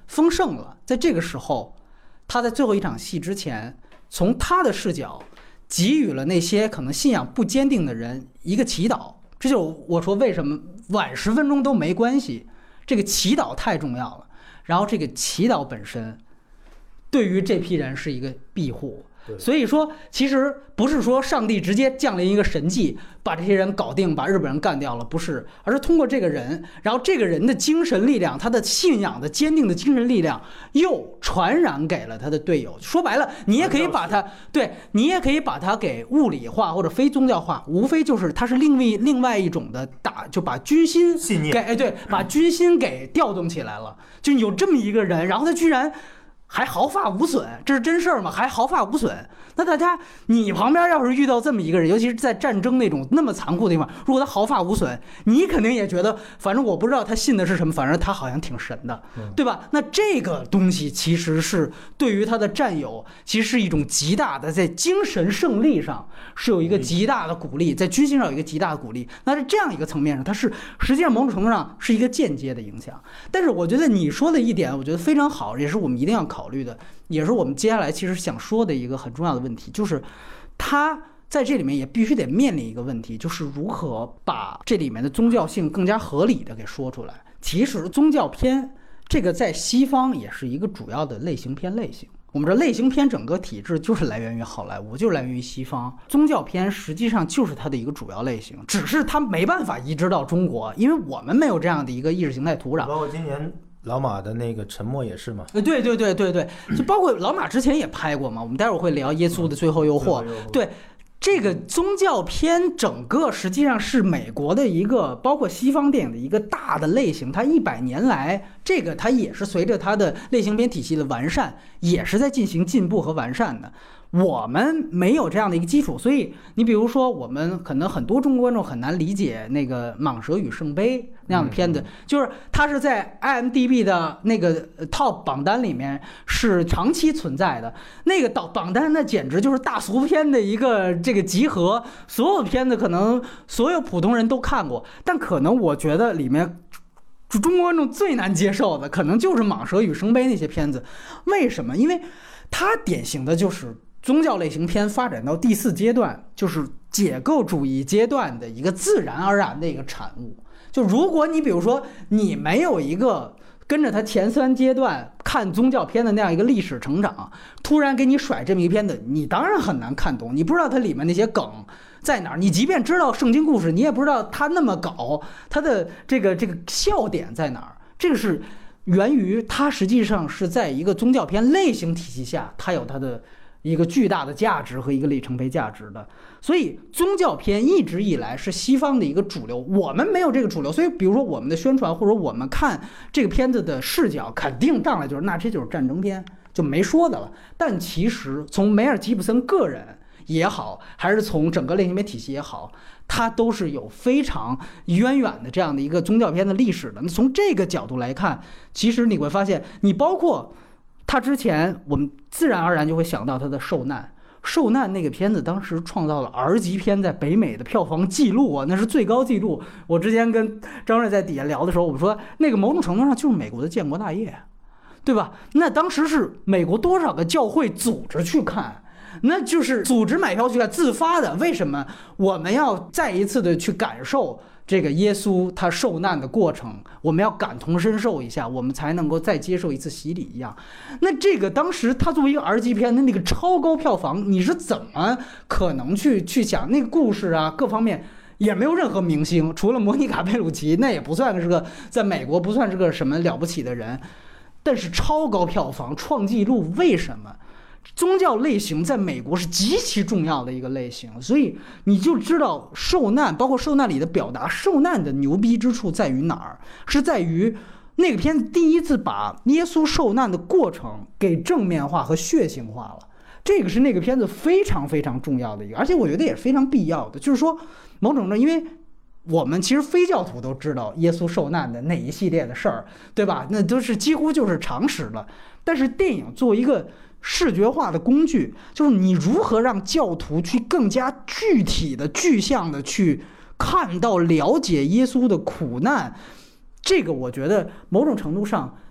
Speaker 4: 丰盛了。在这个时候，他在最后一场戏之前，从他的视角给予了那些可能信仰不坚定的人一个祈祷。这就是我说为什么晚十分钟都没关系，这个祈祷太重要了。然后这个祈祷本身对于这批人是一个庇护。所以说其实不是说上帝直接降临一个神迹把这些人搞定，把日本人干掉了，不是，而是通过这个人，然后这个人的精神力量，他的信仰的坚定的精神力量又传染给了他的队友。说白了，你也可以把他对你也可以把它给物理化或者非宗教化，无非就是它是另外另外一种的打，就把军心
Speaker 3: 信念
Speaker 4: 给哎对，把军心给调动起来了。就有这么一个人，然后他居然还毫发无损，这是真事儿吗？还毫发无损。那大家，你旁边要是遇到这么一个人，尤其是在战争那种那么残酷的地方，如果他毫发无损，你肯定也觉得，反正我不知道他信的是什么，反正他好像挺神的，对吧？那这个东西其实是对于他的战友，其实是一种极大的在精神胜利上是有一个极大的鼓励，在军心上有一个极大的鼓励。那在这样一个层面上，它是实际上某种程度上是一个间接的影响。但是我觉得你说的一点，我觉得非常好，也是我们一定要考虑的。也是我们接下来其实想说的一个很重要的问题，就是他在这里面也必须得面临一个问题，就是如何把这里面的宗教性更加合理的给说出来。其实宗教片这个在西方也是一个主要的类型片类型。我们这类型片整个体制就是来源于好莱坞，就是来源于西方。宗教片实际上就是它的一个主要类型，只是它没办法移植到中国，因为我们没有这样的一个意识形态土壤。
Speaker 3: 包括今年老马的那个沉默也是嘛？
Speaker 4: 呃，对对对对对，就包括老马之前也拍过嘛。我们待会儿会聊耶稣的最后诱惑。对，这个宗教片整个实际上是美国的一个，包括西方电影的一个大的类型。它一百年来，这个它也是随着它的类型片体系的完善，也是在进行进步和完善的。我们没有这样的一个基础，所以你比如说，我们可能很多中国观众很难理解那个《蟒蛇与圣杯》那样的片子，就是它是在 I M D B 的那个 Top 榜单里面是长期存在的。那个榜榜单那简直就是大俗片的一个这个集合，所有的片子可能所有普通人都看过，但可能我觉得里面中国观众最难接受的，可能就是《蟒蛇与圣杯》那些片子。为什么？因为它典型的就是宗教类型片发展到第四阶段，就是解构主义阶段的一个自然而然的一个产物。就如果你比如说你没有一个跟着他前三阶段看宗教片的那样一个历史成长，突然给你甩这么一个片子，你当然很难看懂，你不知道它里面那些梗在哪儿，你即便知道圣经故事，你也不知道他那么搞他的这个这个笑点在哪儿。这个是源于它实际上是在一个宗教片类型体系下，它有它的一个巨大的价值和一个里程碑价值的。所以宗教片一直以来是西方的一个主流，我们没有这个主流，所以比如说我们的宣传或者我们看这个片子的视角肯定上来就是那这就是战争片，就没说的了。但其实从梅尔吉普森个人也好，还是从整个类型片体系也好，它都是有非常渊远的这样的一个宗教片的历史的。那从这个角度来看，其实你会发现，你包括他之前，我们自然而然就会想到他的受难。受难那个片子当时创造了 R 级片在北美的票房记录啊，那是最高纪录。我之前跟张瑞在底下聊的时候，我们说那个某种程度上就是美国的建国大业，对吧？那当时是美国多少个教会组织去看，那就是组织买票去看，自发的。为什么我们要再一次的去感受这个耶稣他受难的过程，我们要感同身受一下，我们才能够再接受一次洗礼一样。那这个当时他作为一个 R 级片的那个超高票房，你是怎么可能去去想那个故事啊，各方面也没有任何明星，除了莫妮卡贝鲁奇，那也不算是个在美国不算是个什么了不起的人，但是超高票房创纪录，为什么？宗教类型在美国是极其重要的一个类型，所以你就知道受难，包括受难里的表达，受难的牛逼之处在于哪儿？是在于那个片子第一次把耶稣受难的过程给正面化和血腥化了，这个是那个片子非常非常重要的一个，而且我觉得也是非常必要的。就是说，某种程度，因为我们其实非教徒都知道耶稣受难的那一系列的事儿，对吧？那都是几乎就是常识了。但是电影作为一个视觉化的工具，就是你如何让教徒去更加具体的具象的去看到了解耶稣的苦难，这个我觉得某种程度上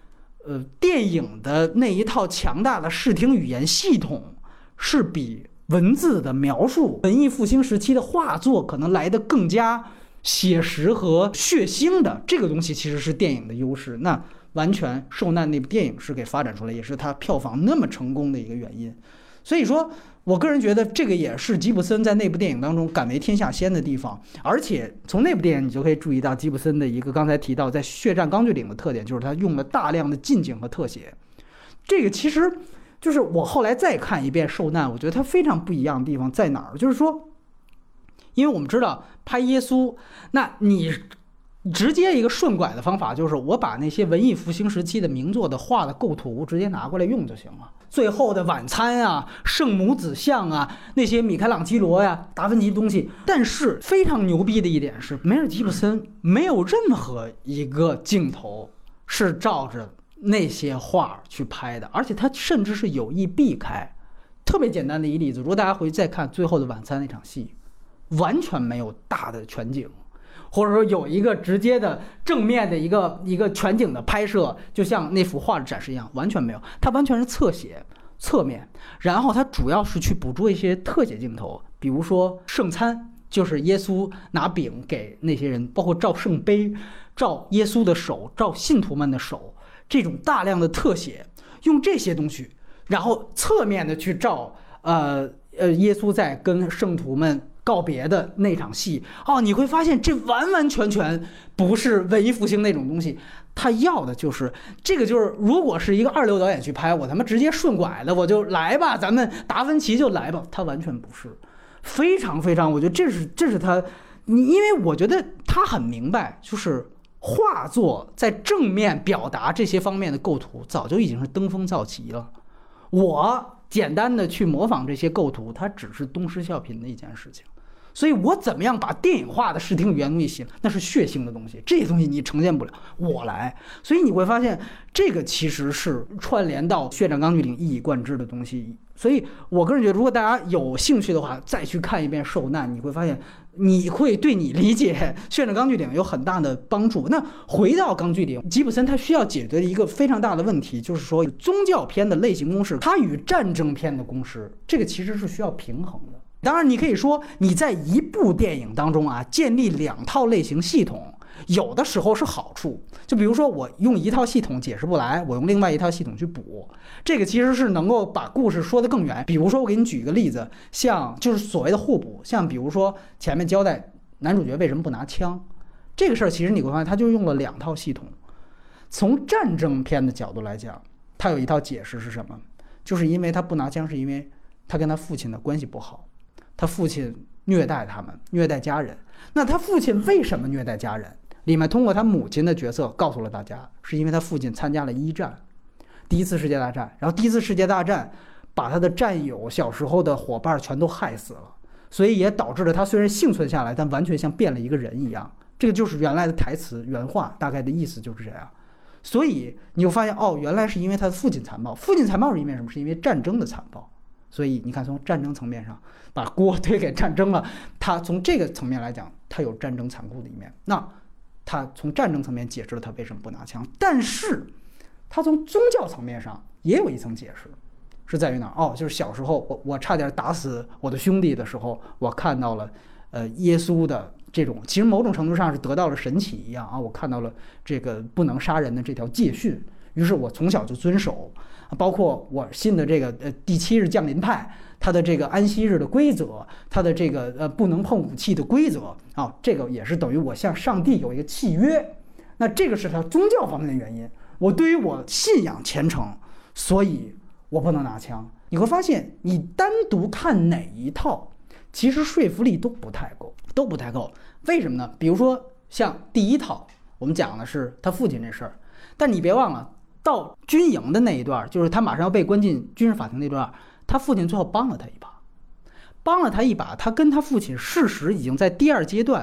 Speaker 4: 呃，电影的那一套强大的视听语言系统是比文字的描述、文艺复兴时期的画作可能来得更加写实和血腥的。这个东西其实是电影的优势。那完全受难那部电影是给发展出来，也是它票房那么成功的一个原因。所以说我个人觉得这个也是吉卜森在那部电影当中敢为天下先的地方。而且从那部电影你就可以注意到吉卜森的一个刚才提到在《血战钢锯岭》的特点，就是他用了大量的近景和特写。这个其实就是我后来再看一遍《受难》，我觉得它非常不一样的地方在哪儿？就是说，因为我们知道拍耶稣，那你直接一个顺拐的方法就是我把那些文艺复兴时期的名作的画的构图直接拿过来用就行了。最后的晚餐啊，圣母子像啊，那些米开朗基罗呀、达芬奇的东西。但是非常牛逼的一点是，梅尔吉布森没有任何一个镜头是照着那些画去拍的，而且他甚至是有意避开。特别简单的一例子，如果大家回去再看最后的晚餐那场戏，完全没有大的全景，或者说有一个直接的正面的一个一个全景的拍摄，就像那幅画的展示一样，完全没有。它完全是侧写、侧面，然后它主要是去捕捉一些特写镜头，比如说圣餐，就是耶稣拿饼给那些人，包括照圣杯、照耶稣的手、照信徒们的手，这种大量的特写，用这些东西，然后侧面的去照呃呃耶稣在跟圣徒们告别的那场戏哦，你会发现这完完全全不是文艺复兴那种东西，他要的就是这个，就是如果是一个二流导演去拍，我他妈直接顺拐的，我就来吧，咱们达芬奇就来吧，他完全不是，非常非常，我觉得这是这是他，你因为我觉得他很明白，就是画作在正面表达这些方面的构图早就已经是登峰造极了，我简单的去模仿这些构图，它只是东施效颦的一件事情。所以我怎么样把电影化的视听语言东西写，那是血腥的东西，这些东西你呈现不了，我来。所以你会发现，这个其实是串联到《血战钢锯岭》一以贯之的东西。所以我个人觉得，如果大家有兴趣的话，再去看一遍《受难》，你会发现，你会对你理解《血战钢锯岭》有很大的帮助。那回到《钢锯岭》，吉卜森他需要解决的一个非常大的问题，就是说宗教片的类型公式，它与战争片的公式，这个其实是需要平衡的。当然你可以说你在一部电影当中啊建立两套类型系统，有的时候是好处，就比如说我用一套系统解释不来，我用另外一套系统去补，这个其实是能够把故事说得更远。比如说我给你举一个例子，像就是所谓的互补，像比如说前面交代男主角为什么不拿枪这个事儿，其实你会发现他就用了两套系统。从战争片的角度来讲，他有一套解释是什么，就是因为他不拿枪是因为他跟他父亲的关系不好，他父亲虐待他们，虐待家人。那他父亲为什么虐待家人？里面通过他母亲的角色告诉了大家，是因为他父亲参加了一战，第一次世界大战，然后第一次世界大战把他的战友、小时候的伙伴全都害死了，所以也导致了他虽然幸存下来，但完全像变了一个人一样。这个就是原来的台词原话，大概的意思就是这样。所以你就发现，哦，原来是因为他的父亲残暴，父亲残暴是因为什么？是因为战争的残暴。所以你看，从战争层面上把锅推给战争了，他从这个层面来讲，他有战争残酷的一面。那他从战争层面解释了他为什么不拿枪，但是他从宗教层面上也有一层解释，是在于哪儿？哦，就是小时候我我差点打死我的兄弟的时候，我看到了呃耶稣的这种，其实某种程度上是得到了神启一样啊，我看到了这个不能杀人的这条戒训，于是我从小就遵守。包括我信的这个呃第七日降临派，它的这个安息日的规则，它的这个呃不能碰武器的规则啊，这个也是等于我向上帝有一个契约。那这个是它宗教方面的原因。我对于我信仰虔诚，所以我不能拿枪。你会发现，你单独看哪一套，其实说服力都不太够，都不太够。为什么呢？比如说像第一套，我们讲的是他父亲这事儿，但你别忘了。到军营的那一段，就是他马上要被关进军事法庭那段，他父亲最后帮了他一把，帮了他一把。他跟他父亲事实已经在第二阶段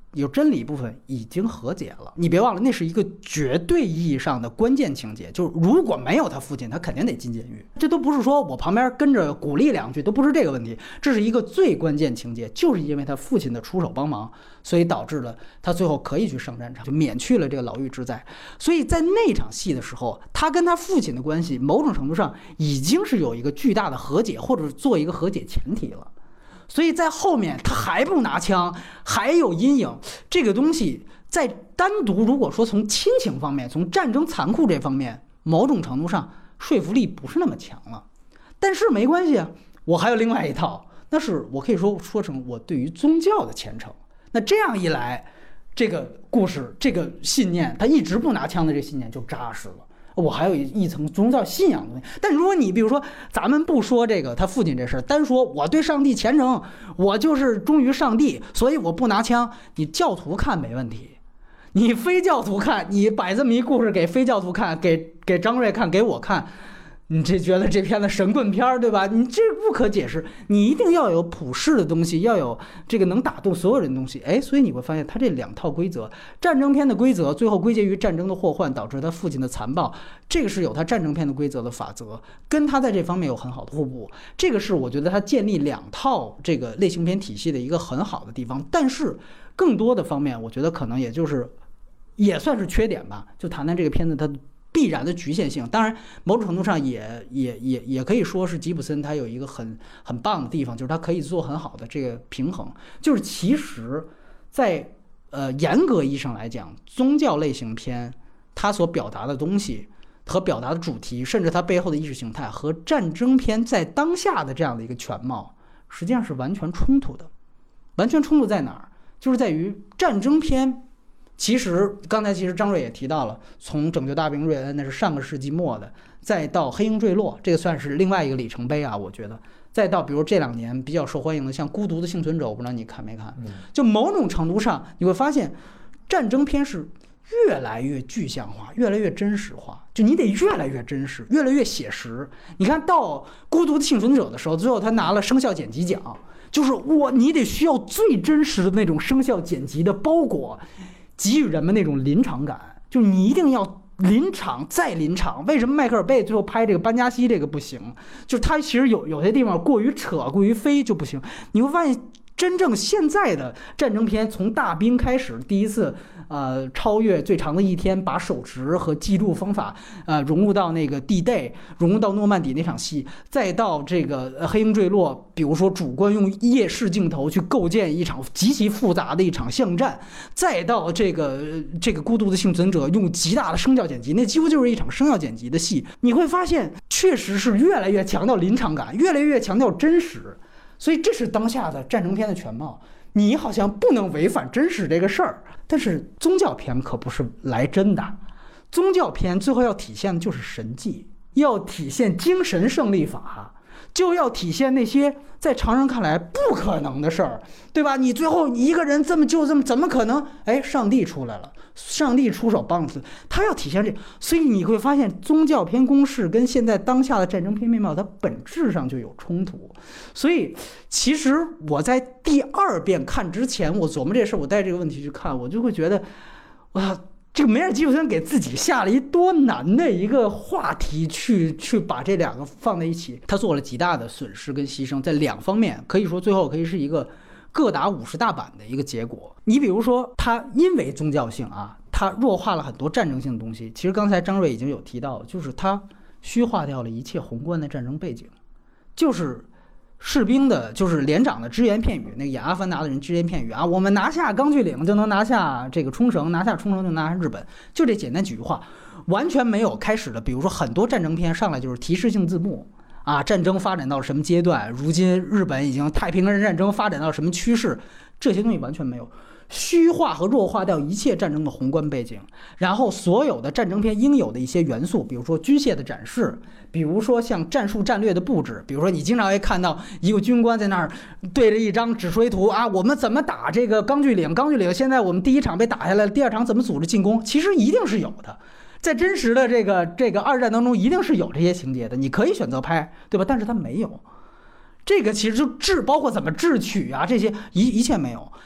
Speaker 4: 有真理部分已经和解了。你别忘了，那是一个绝对意义上的关键情节，就是如果没有他父亲，他肯定得进监狱。这都不是说我旁边跟着鼓励两句，都不是这个问题，这是一个最关键情节，就是因为他父亲的出手帮忙，所以导致了他最后可以去上战场，就免去了这个牢狱之灾。所以在那场戏的时候，他跟他父亲的关系某种程度上已经是有一个巨大的和解，或者做一个和解前提了。所以在后面他还不拿枪，还有阴影，这个东西在单独如果说从亲情方面，从战争残酷这方面，某种程度上说服力不是那么强了。但是没关系啊，我还有另外一套，那是我可以说说成我对于宗教的虔诚。那这样一来，这个故事这个信念，他一直不拿枪的这个信念就扎实了。我还有一层宗教信仰的东西。但如果你比如说咱们不说这个他父亲这事儿，单说我对上帝虔诚，我就是忠于上帝，所以我不拿枪，你教徒看没问题，你非教徒看，你摆这么一故事给非教徒看，给给张瑞看，给我看，你这觉得这片子神棍片儿，对吧？你这不可解释，你一定要有普世的东西，要有这个能打动所有人的东西。哎，所以你会发现他这两套规则，战争片的规则最后归结于战争的祸患导致他父亲的残暴，这个是有他战争片的规则的法则，跟他在这方面有很好的互补。这个是我觉得他建立两套这个类型片体系的一个很好的地方。但是更多的方面，我觉得可能也就是也算是缺点吧。就谈谈这个片子它必然的局限性，当然某种程度上也也也也可以说是吉普森他有一个很很棒的地方，就是他可以做很好的这个平衡。就是其实在呃严格意义上来讲，宗教类型片它所表达的东西和表达的主题，甚至它背后的意识形态，和战争片在当下的这样的一个全貌实际上是完全冲突的。完全冲突在哪儿？就是在于战争片其实刚才其实张瑞也提到了，从拯救大兵瑞恩那是上个世纪末的，再到黑鹰坠落，这个算是另外一个里程碑啊，我觉得。再到比如这两年比较受欢迎的像孤独的幸存者，我不知道你看没看，就某种程度上你会发现战争片是越来越具象化，越来越真实化，就你得越来越真实，越来越写实。你看到孤独的幸存者的时候，最后他拿了声效剪辑奖，就是我你得需要最真实的那种声效剪辑的包裹，给予人们那种临场感，就是你一定要临场再临场。为什么迈克尔贝最后拍这个班加西这个不行？就是他其实有有些地方过于扯过于飞就不行。你会发现真正现在的战争片，从大兵开始第一次呃超越最长的一天，把手持和记录方法呃融入到那个 D-Day， 融入到诺曼底那场戏，再到这个黑鹰坠落，比如说主观用夜视镜头去构建一场极其复杂的一场巷战，再到这个这个孤独的幸存者用极大的声效剪辑，那几乎就是一场声效剪辑的戏。你会发现确实是越来越强调临场感，越来越强调真实。所以这是当下的战争片的全貌，你好像不能违反真实这个事儿。但是宗教片可不是来真的，宗教片最后要体现的就是神迹，要体现精神胜利法，就要体现那些在常人看来不可能的事儿，对吧？你最后你一个人这么就这么怎么可能？哎，上帝出来了，上帝出手帮助他，要体现这。所以你会发现宗教片公式跟现在当下的战争片面貌它本质上就有冲突。所以其实我在第二遍看之前，我琢磨这事，我带这个问题去看，我就会觉得哇，这个梅尔吉普森给自己下了一多难的一个话题，去去把这两个放在一起，他做了极大的损失跟牺牲，在两方面可以说最后可以是一个各打五十大板的一个结果。你比如说他因为宗教性啊，他弱化了很多战争性的东西。其实刚才张瑞已经有提到，就是他虚化掉了一切宏观的战争背景，就是士兵的，就是连长的只言片语，那个演阿凡达的人只言片语啊，我们拿下钢锯岭就能拿下这个冲绳，拿下冲绳就拿下日本，就这简单几句话，完全没有开始的。比如说很多战争片上来就是提示性字幕啊，战争发展到什么阶段，如今日本已经太平洋战争发展到什么趋势，这些东西完全没有。虚化和弱化掉一切战争的宏观背景，然后所有的战争片应有的一些元素，比如说军械的展示，比如说像战术战略的布置，比如说你经常会看到一个军官在那儿对着一张指挥图啊，我们怎么打这个钢锯岭，钢锯岭现在我们第一场被打下来了，第二场怎么组织进攻，其实一定是有的。在真实的这个这个二战当中一定是有这些情节的，你可以选择拍，对吧？但是它没有，这个其实就智包括怎么智取啊，这些一一切没有。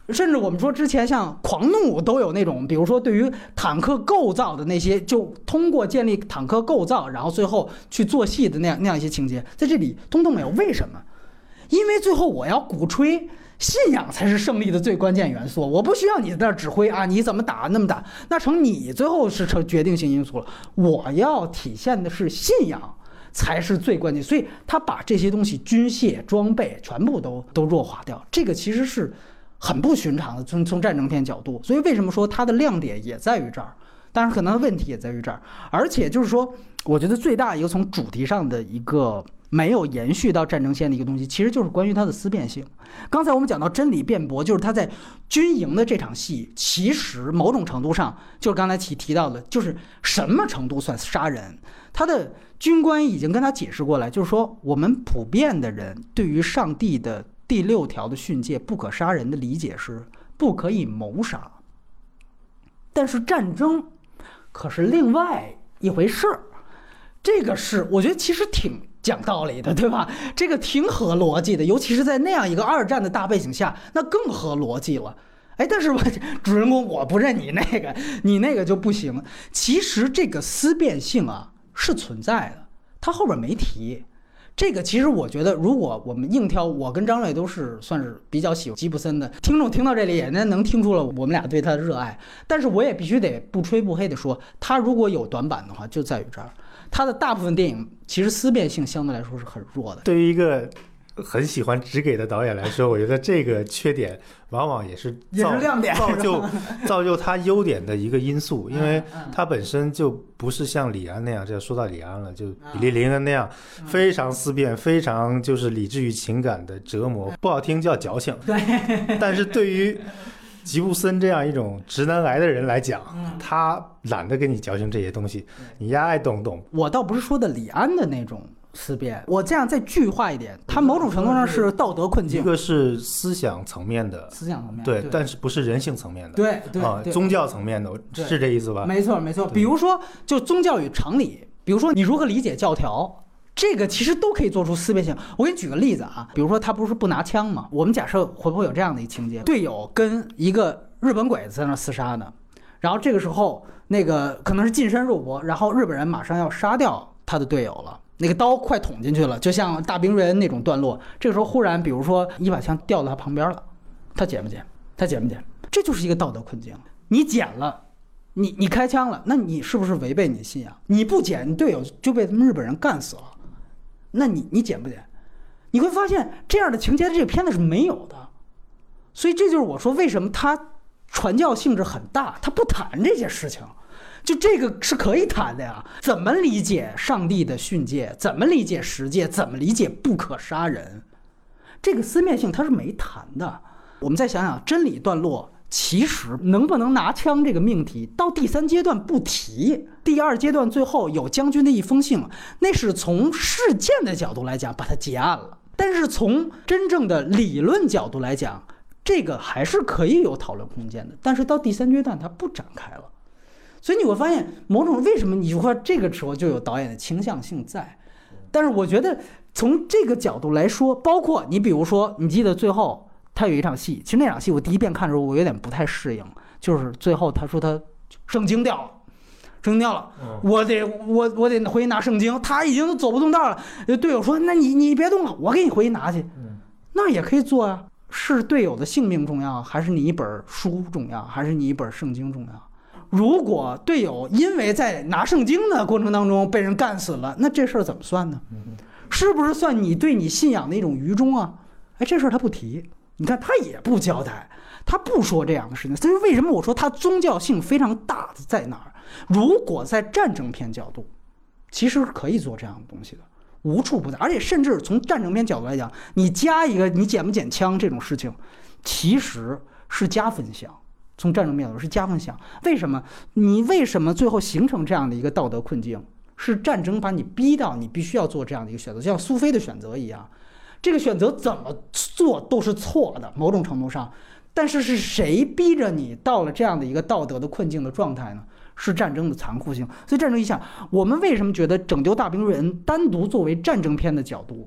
Speaker 4: 甚至我们说之前像狂怒都有那种，比如说对于坦克构造的那些，就通过建立坦克构造，然后最后去做戏的那样那样一些情节，在这里通通没有。为什么？因为最后我要鼓吹信仰才是胜利的最关键元素，我不需要你在那儿指挥啊，你怎么打那么打，那成你最后是成决定性因素了。我要体现的是信仰才是最关键，所以他把这些东西军械装备全部都都弱化掉，这个其实是很不寻常的，从从战争片角度。所以为什么说它的亮点也在于这儿，当然可能问题也在于这儿。而且就是说，我觉得最大一个从主题上的一个没有延续到战争线的一个东西，其实就是关于它的思辨性。刚才我们讲到真理辩驳，就是他在军营的这场戏，其实某种程度上就是刚才提提到的，就是什么程度算杀人。他的军官已经跟他解释过来，就是说我们普遍的人对于上帝的第六条的训诫不可杀人的理解是不可以谋杀，但是战争可是另外一回事儿。这个是我觉得其实挺讲道理的，对吧？这个挺合逻辑的，尤其是在那样一个二战的大背景下，那更合逻辑了。哎，但是我主人公我不认你那个，你那个就不行。其实这个思辨性啊是存在的，他后边没提。这个其实我觉得，如果我们硬挑，我跟张瑞都是算是比较喜欢吉布森的听众，听到这里也能听出了我们俩对他的热爱。但是我也必须得不吹不黑的说，他如果有短板的话，就在于这儿。他的大部分电影其实思辨性相对来说是很弱的。
Speaker 3: 对于一个很喜欢只给的导演来说，我觉得这个缺点往往也是
Speaker 4: 也是亮点，
Speaker 3: 造就造就他优点的一个因素，因为他本身就不是像李安那样，这说到李安了，就比利林恩那样非常思辨、非常就是理智与情感的折磨，不好听叫矫情。
Speaker 4: 对，
Speaker 3: 但是对于吉布森这样一种直男癌的人来讲，他懒得跟你矫情这些东西，你丫爱懂懂。
Speaker 4: 我倒不是说的李安的那种思辨，我这样再具化一点，它某种程度上是道德困境，
Speaker 3: 一个是思想层面的，
Speaker 4: 思想层面
Speaker 3: 对，
Speaker 4: 对
Speaker 3: 但是不是人性层面的，
Speaker 4: 对对
Speaker 3: 啊，
Speaker 4: 对
Speaker 3: 宗教层面的，是这意思吧？
Speaker 4: 没错没错。比如说，就宗教与常理，比如说你如何理解教条。这个其实都可以做出思辨性。我给你举个例子啊，比如说他不是不拿枪吗？我们假设会不会有这样的一个情节，队友跟一个日本鬼子在那厮杀呢，然后这个时候那个可能是近身肉搏，然后日本人马上要杀掉他的队友了，那个刀快捅进去了，就像大兵瑞恩那种段落。这个时候忽然比如说一把枪掉到他旁边了，他捡不捡？他捡不捡？这就是一个道德困境。你捡了，你你开枪了，那你是不是违背你的信仰？你不捡，你队友就被他们日本人干死了，那你你捡不捡？你会发现这样的情节这个片子是没有的。所以这就是我说为什么它传教性质很大，它不谈这些事情。就这个是可以谈的呀，怎么理解上帝的训诫，怎么理解十诫，怎么理解不可杀人，这个思辨性它是没谈的。我们再想想真理段落，其实能不能拿枪这个命题到第三阶段不提，第二阶段最后有将军的一封信，那是从事件的角度来讲把它结案了，但是从真正的理论角度来讲，这个还是可以有讨论空间的，但是到第三阶段它不展开了。所以你会发现某种为什么你说这个时候就有导演的倾向性在。但是我觉得从这个角度来说，包括你比如说你记得最后他有一场戏，其实那场戏我第一遍看的时候我有点不太适应，就是最后他说他圣经掉了，圣经掉了，我得我我得回去拿圣经，他已经走不动道了。队友说那你你别动了，我给你回去拿去。那也可以做啊，是队友的性命重要，还是你一本书重要，还是你一本圣经重要？如果队友因为在拿圣经的过程当中被人干死了，那这事儿怎么算呢？是不是算你对你信仰的一种愚忠啊？哎，这事儿他不提，你看他也不交代，他不说这样的事情。所以为什么我说他宗教性非常大的在哪儿？如果在战争片角度，其实可以做这样的东西的，无处不在。而且甚至从战争片角度来讲，你加一个你捡不捡枪这种事情，其实是加分项。从战争面角度是加分项。为什么？你为什么最后形成这样的一个道德困境？是战争把你逼到你必须要做这样的一个选择，就像苏菲的选择一样。这个选择怎么做都是错的，某种程度上。但是是谁逼着你到了这样的一个道德的困境的状态呢？是战争的残酷性。所以战争一下，我们为什么觉得《拯救大兵瑞恩》单独作为战争片的角度，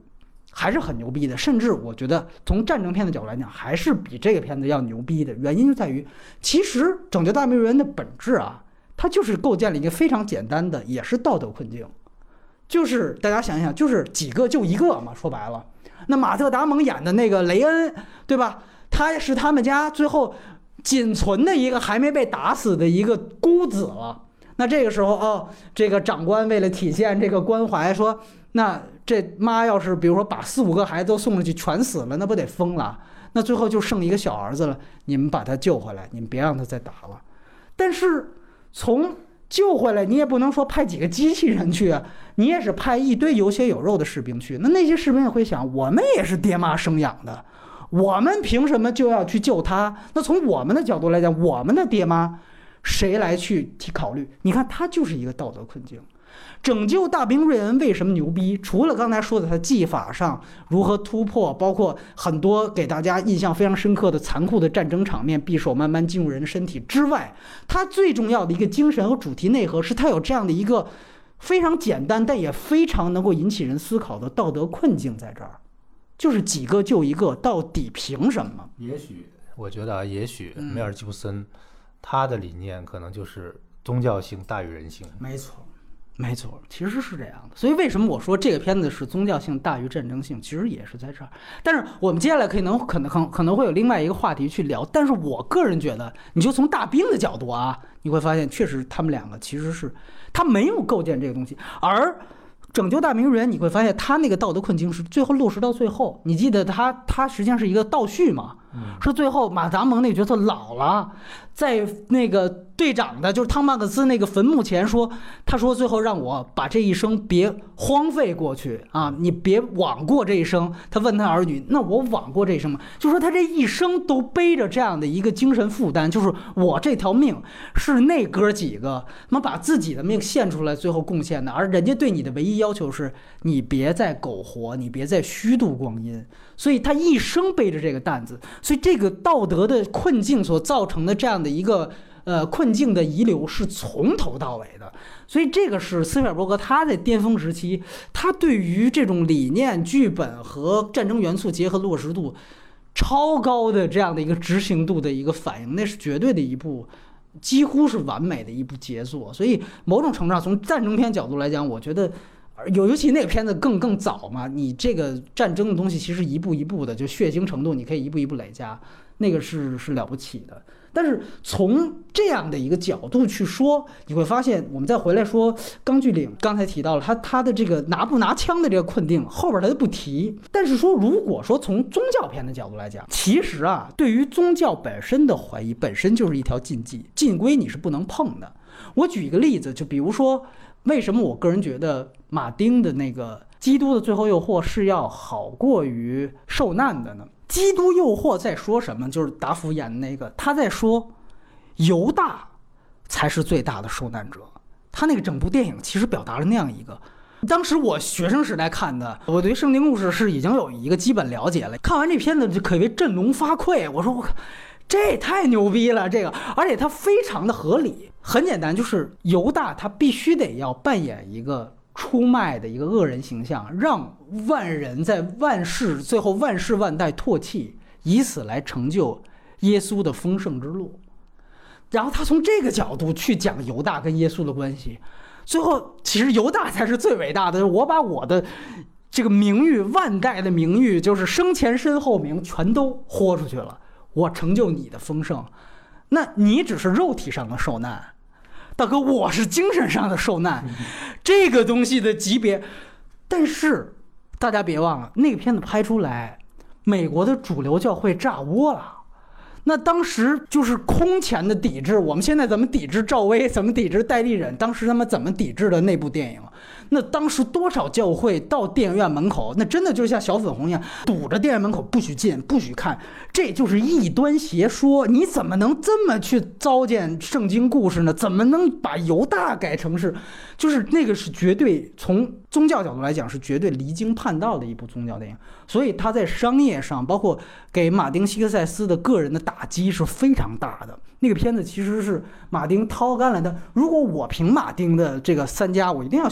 Speaker 4: 还是很牛逼的，甚至我觉得从战争片的角度来讲，还是比这个片子要牛逼的。原因就在于，其实《拯救大兵瑞恩》的本质啊，它就是构建了一个非常简单的，也是道德困境。就是大家想一想，就是几个就一个嘛，说白了。那马特·达蒙演的那个雷恩，对吧？他是他们家最后仅存的一个还没被打死的一个孤子了。那这个时候哦，这个长官为了体现这个关怀，说那这妈要是比如说把四五个孩子都送出去全死了，那不得疯了？那最后就剩一个小儿子了，你们把他救回来，你们别让他再打了。但是从救回来，你也不能说派几个机器人去，你也是派一堆有血有肉的士兵去。那那些士兵也会想，我们也是爹妈生养的，我们凭什么就要去救他？那从我们的角度来讲，我们的爹妈谁来去提考虑？你看，他就是一个道德困境。拯救大兵瑞恩为什么牛逼？除了刚才说的他技法上如何突破，包括很多给大家印象非常深刻的残酷的战争场面，匕首慢慢进入人身体之外，他最重要的一个精神和主题内核是他有这样的一个非常简单但也非常能够引起人思考的道德困境在这儿，就是几个救一个，到底凭什么？
Speaker 3: 也许我觉得啊，也许梅尔吉布森他的理念可能就是宗教性大于人性。
Speaker 4: 没错。没错，其实是这样的。所以为什么我说这个片子是宗教性大于战争性，其实也是在这儿。但是我们接下来可能可能可能可能会有另外一个话题去聊。但是我个人觉得，你就从大兵的角度啊，你会发现确实他们两个其实是他没有构建这个东西，而拯救大兵瑞恩，你会发现他那个道德困境是最后落实到最后。你记得他他实际上是一个倒叙嘛，是最后马达蒙那个角色老了，在那个队长的就是汤马克斯那个坟墓前说，他说最后让我把这一生别荒废过去啊，你别枉过这一生。他问他儿女，那我枉过这一生吗？就说他这一生都背着这样的一个精神负担，就是我这条命是那哥几个他妈把自己的命献出来最后贡献的，而人家对你的唯一要求是你别再苟活，你别再虚度光阴。所以他一生背着这个担子，所以这个道德的困境所造成的这样的一个呃困境的遗留是从头到尾的。所以这个是斯皮尔伯格他在巅峰时期，他对于这种理念、剧本和战争元素结合落实度超高的这样的一个执行度的一个反应，那是绝对的一部几乎是完美的一部杰作。所以某种程度上，从战争片角度来讲，我觉得尤尤其那个片子更更早嘛，你这个战争的东西其实一步一步的，就血腥程度你可以一步一步累加，那个是是了不起的。但是从这样的一个角度去说，你会发现，我们再回来说钢锯岭，刚才提到了他他的这个拿不拿枪的这个困境，后边他就不提。但是说，如果说从宗教片的角度来讲，其实啊，对于宗教本身的怀疑，本身就是一条禁忌，禁规你是不能碰的。我举一个例子，就比如说，为什么我个人觉得马丁的那个基督的最后诱惑是要好过于受难的呢？基督诱惑在说什么？就是达福演的那个，他在说犹大才是最大的受难者。他那个整部电影其实表达了那样一个，当时我学生时代看的，我对圣经故事是已经有一个基本了解了。看完这片子就可谓振聋发聩，我说我靠，这也太牛逼了！这个，而且它非常的合理。很简单，就是犹大他必须得要扮演一个出卖的一个恶人形象，让万人在万世最后万世万代唾弃，以此来成就耶稣的丰盛之路。然后他从这个角度去讲犹大跟耶稣的关系，最后其实犹大才是最伟大的。我把我的这个名誉，万代的名誉，就是生前身后名，全都豁出去了，我成就你的丰盛。那你只是肉体上的受难，大哥，我是精神上的受难，这个东西的级别。但是大家别忘了，那个片子拍出来，美国的主流教会炸窝了。那当时就是空前的抵制，我们现在怎么抵制赵薇，怎么抵制戴立忍，当时他们怎么抵制的那部电影？那当时多少教会到电影院门口，那真的就像小粉红一样，堵着电影门口不许进，不许看，这就是异端邪说。你怎么能这么去糟践圣经故事呢？怎么能把犹大改成是，就是那个是绝对从宗教角度来讲是绝对离经叛道的一部宗教电影。所以他在商业上，包括给马丁·希克塞斯的个人的打击是非常大的。那个片子其实是马丁掏干了的。如果我评马丁的这个三家，我一定要选那一部。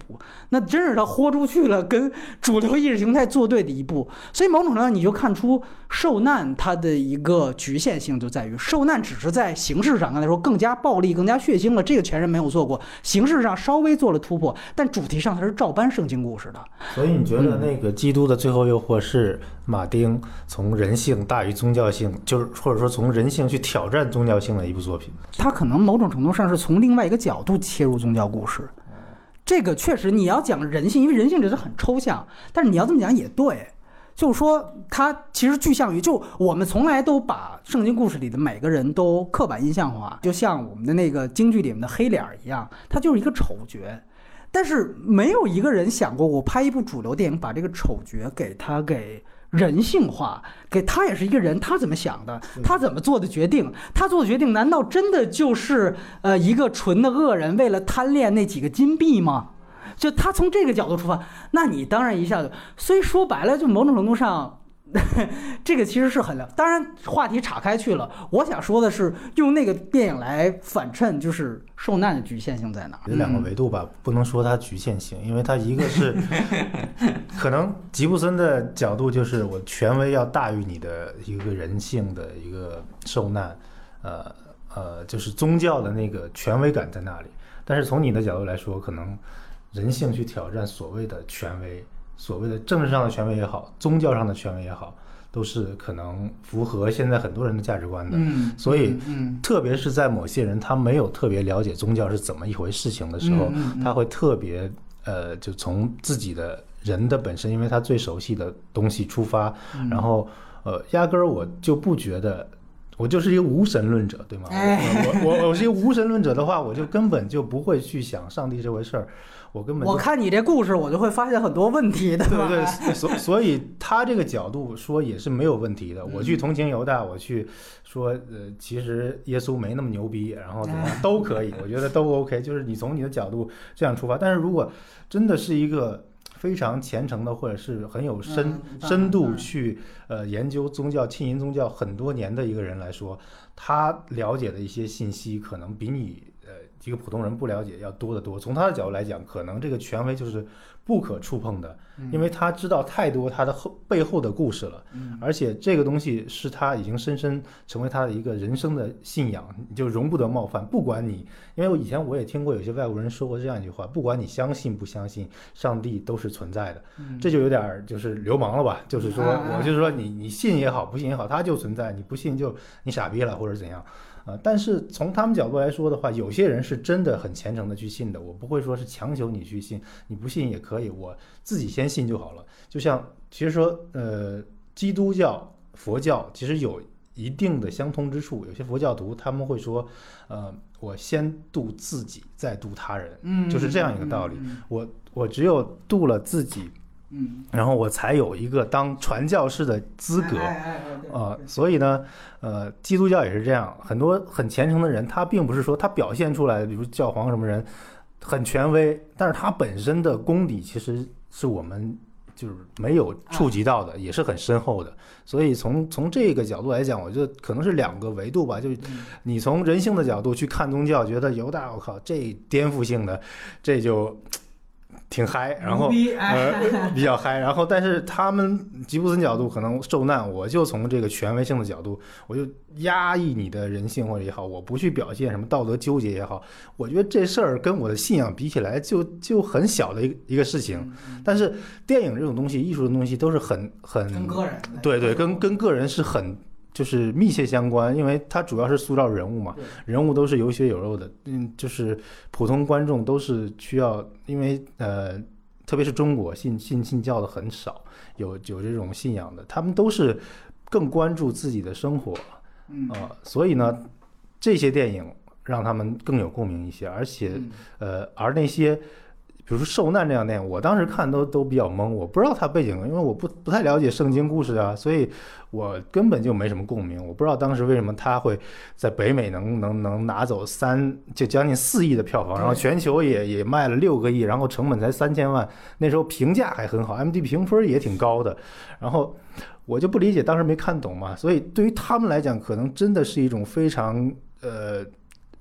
Speaker 4: 步，那真是他豁出去了，跟主流意识形态作对的一步。所以某种程度上，你就看出受难它的一个局限性就在于，受难只是在形式上，刚才说更加暴力、更加血腥了，这个前人没有做过，形式上稍微做了突破，但主题上它是照搬圣经故事的。
Speaker 3: 所以你觉得那个基督的最后诱惑是马丁从人性大于宗教性，就是或者说从人性去挑战宗教性的一部作品？
Speaker 4: 他可能某种程度上是从另外一个角度切入宗教故事。这个确实你要讲人性，因为人性这是很抽象，但是你要这么讲也对，就是说它其实具象于，就我们从来都把圣经故事里的每个人都刻板印象化，就像我们的那个京剧里面的黑脸一样，他就是一个丑角。但是没有一个人想过，我拍一部主流电影把这个丑角给他给人性化，给他也是一个人，他怎么想的，他怎么做的决定，他做的决定难道真的就是呃一个纯的恶人为了贪恋那几个金币吗？就他从这个角度出发，那你当然一下子，所以说白了，就某种程度上这个其实是很了，当然话题岔开去了。我想说的是，用那个电影来反衬，就是受难的局限性在哪？
Speaker 3: 这两个维度吧，嗯、不能说它局限性，因为它一个是可能吉布森的角度就是我权威要大于你的一个人性的一个受难，呃呃，就是宗教的那个权威感在那里。但是从你的角度来说，可能人性去挑战所谓的权威。所谓的政治上的权威也好，宗教上的权威也好，都是可能符合现在很多人的价值观的。
Speaker 4: 嗯，
Speaker 3: 所以，
Speaker 4: 嗯，
Speaker 3: 特别是在某些人他没有特别了解宗教是怎么一回事情的时候，
Speaker 4: 嗯嗯、
Speaker 3: 他会特别呃，就从自己的人的本身，因为他最熟悉的东西出发，
Speaker 4: 嗯、
Speaker 3: 然后呃，压根儿我就不觉得。我就是一个无神论者，对吗？
Speaker 4: 哎、
Speaker 3: 我我我是一个无神论者的话，我就根本就不会去想上帝这回事儿。我根本
Speaker 4: 我看你这故事，我就会发现很多问题的。
Speaker 3: 对对，所所以他这个角度说也是没有问题的。我去同情犹大，我去说呃，其实耶稣没那么牛逼，然后怎么样都可以，我觉得都 OK。就是你从你的角度这样出发，但是如果真的是一个非常虔诚的，或者是很有深、嗯、深度去呃研究宗教、浸淫宗教很多年的一个人来说，他了解的一些信息可能比你呃一个普通人不了解要多得多。从他的角度来讲，可能这个权威就是不可触碰的，因为他知道太多他的后背后的故事了，而且这个东西是他已经深深成为他的一个人生的信仰，你就容不得冒犯。不管你，因为我以前我也听过有些外国人说过这样一句话，不管你相信不相信，上帝都是存在的。这就有点就是流氓了吧，就是说我就是说你你信也好，不信也好，他就存在，你不信就你傻逼了或者怎样。呃，但是从他们角度来说的话，有些人是真的很虔诚的去信的，我不会说是强求你去信，你不信也可以，我自己先信就好了。就像其实说，呃，基督教、佛教其实有一定的相通之处，有些佛教徒他们会说，呃，我先度自己，再度他人，
Speaker 4: 嗯，
Speaker 3: 就是这样一个道理。嗯、我我只有度了自己。
Speaker 4: 嗯，
Speaker 3: 然后我才有一个当传教士的资格啊、呃，所以呢，呃，基督教也是这样，很多很虔诚的人，他并不是说他表现出来的，比如教皇什么人很权威，但是他本身的功底其实是我们就是没有触及到的，也是很深厚的。所以从从这个角度来讲，我觉得可能是两个维度吧，就是你从人性的角度去看宗教，觉得犹大我靠这颠覆性的，这就。挺嗨，然后呃比较嗨，然后但是他们吉布森角度可能受难，我就从这个权威性的角度，我就压抑你的人性或者也好，我不去表现什么道德纠结也好，我觉得这事儿跟我的信仰比起来就就很小的一个一个事情。但是电影这种东西，艺术的东西都是很很
Speaker 4: 跟个人，
Speaker 3: 对对，跟跟个人是很。就是密切相关，因为它主要是塑造人物嘛，人物都是有血有肉的，嗯，就是普通观众都是需要，因为呃，特别是中国信信信教的很少，有有这种信仰的，他们都是更关注自己的生活，
Speaker 4: 嗯
Speaker 3: 呃，所以呢，这些电影让他们更有共鸣一些，而且呃，而那些。比如说受难这样的电影，我当时看都都比较懵，我不知道它背景，因为我不不太了解圣经故事啊，所以我根本就没什么共鸣。我不知道当时为什么他会在北美能能能拿走三就将近四亿的票房，然后全球也也卖了六个亿，然后成本才三千万，那时候评价还很好 ，M D B 评分也挺高的，然后我就不理解，当时没看懂嘛，所以对于他们来讲，可能真的是一种非常呃。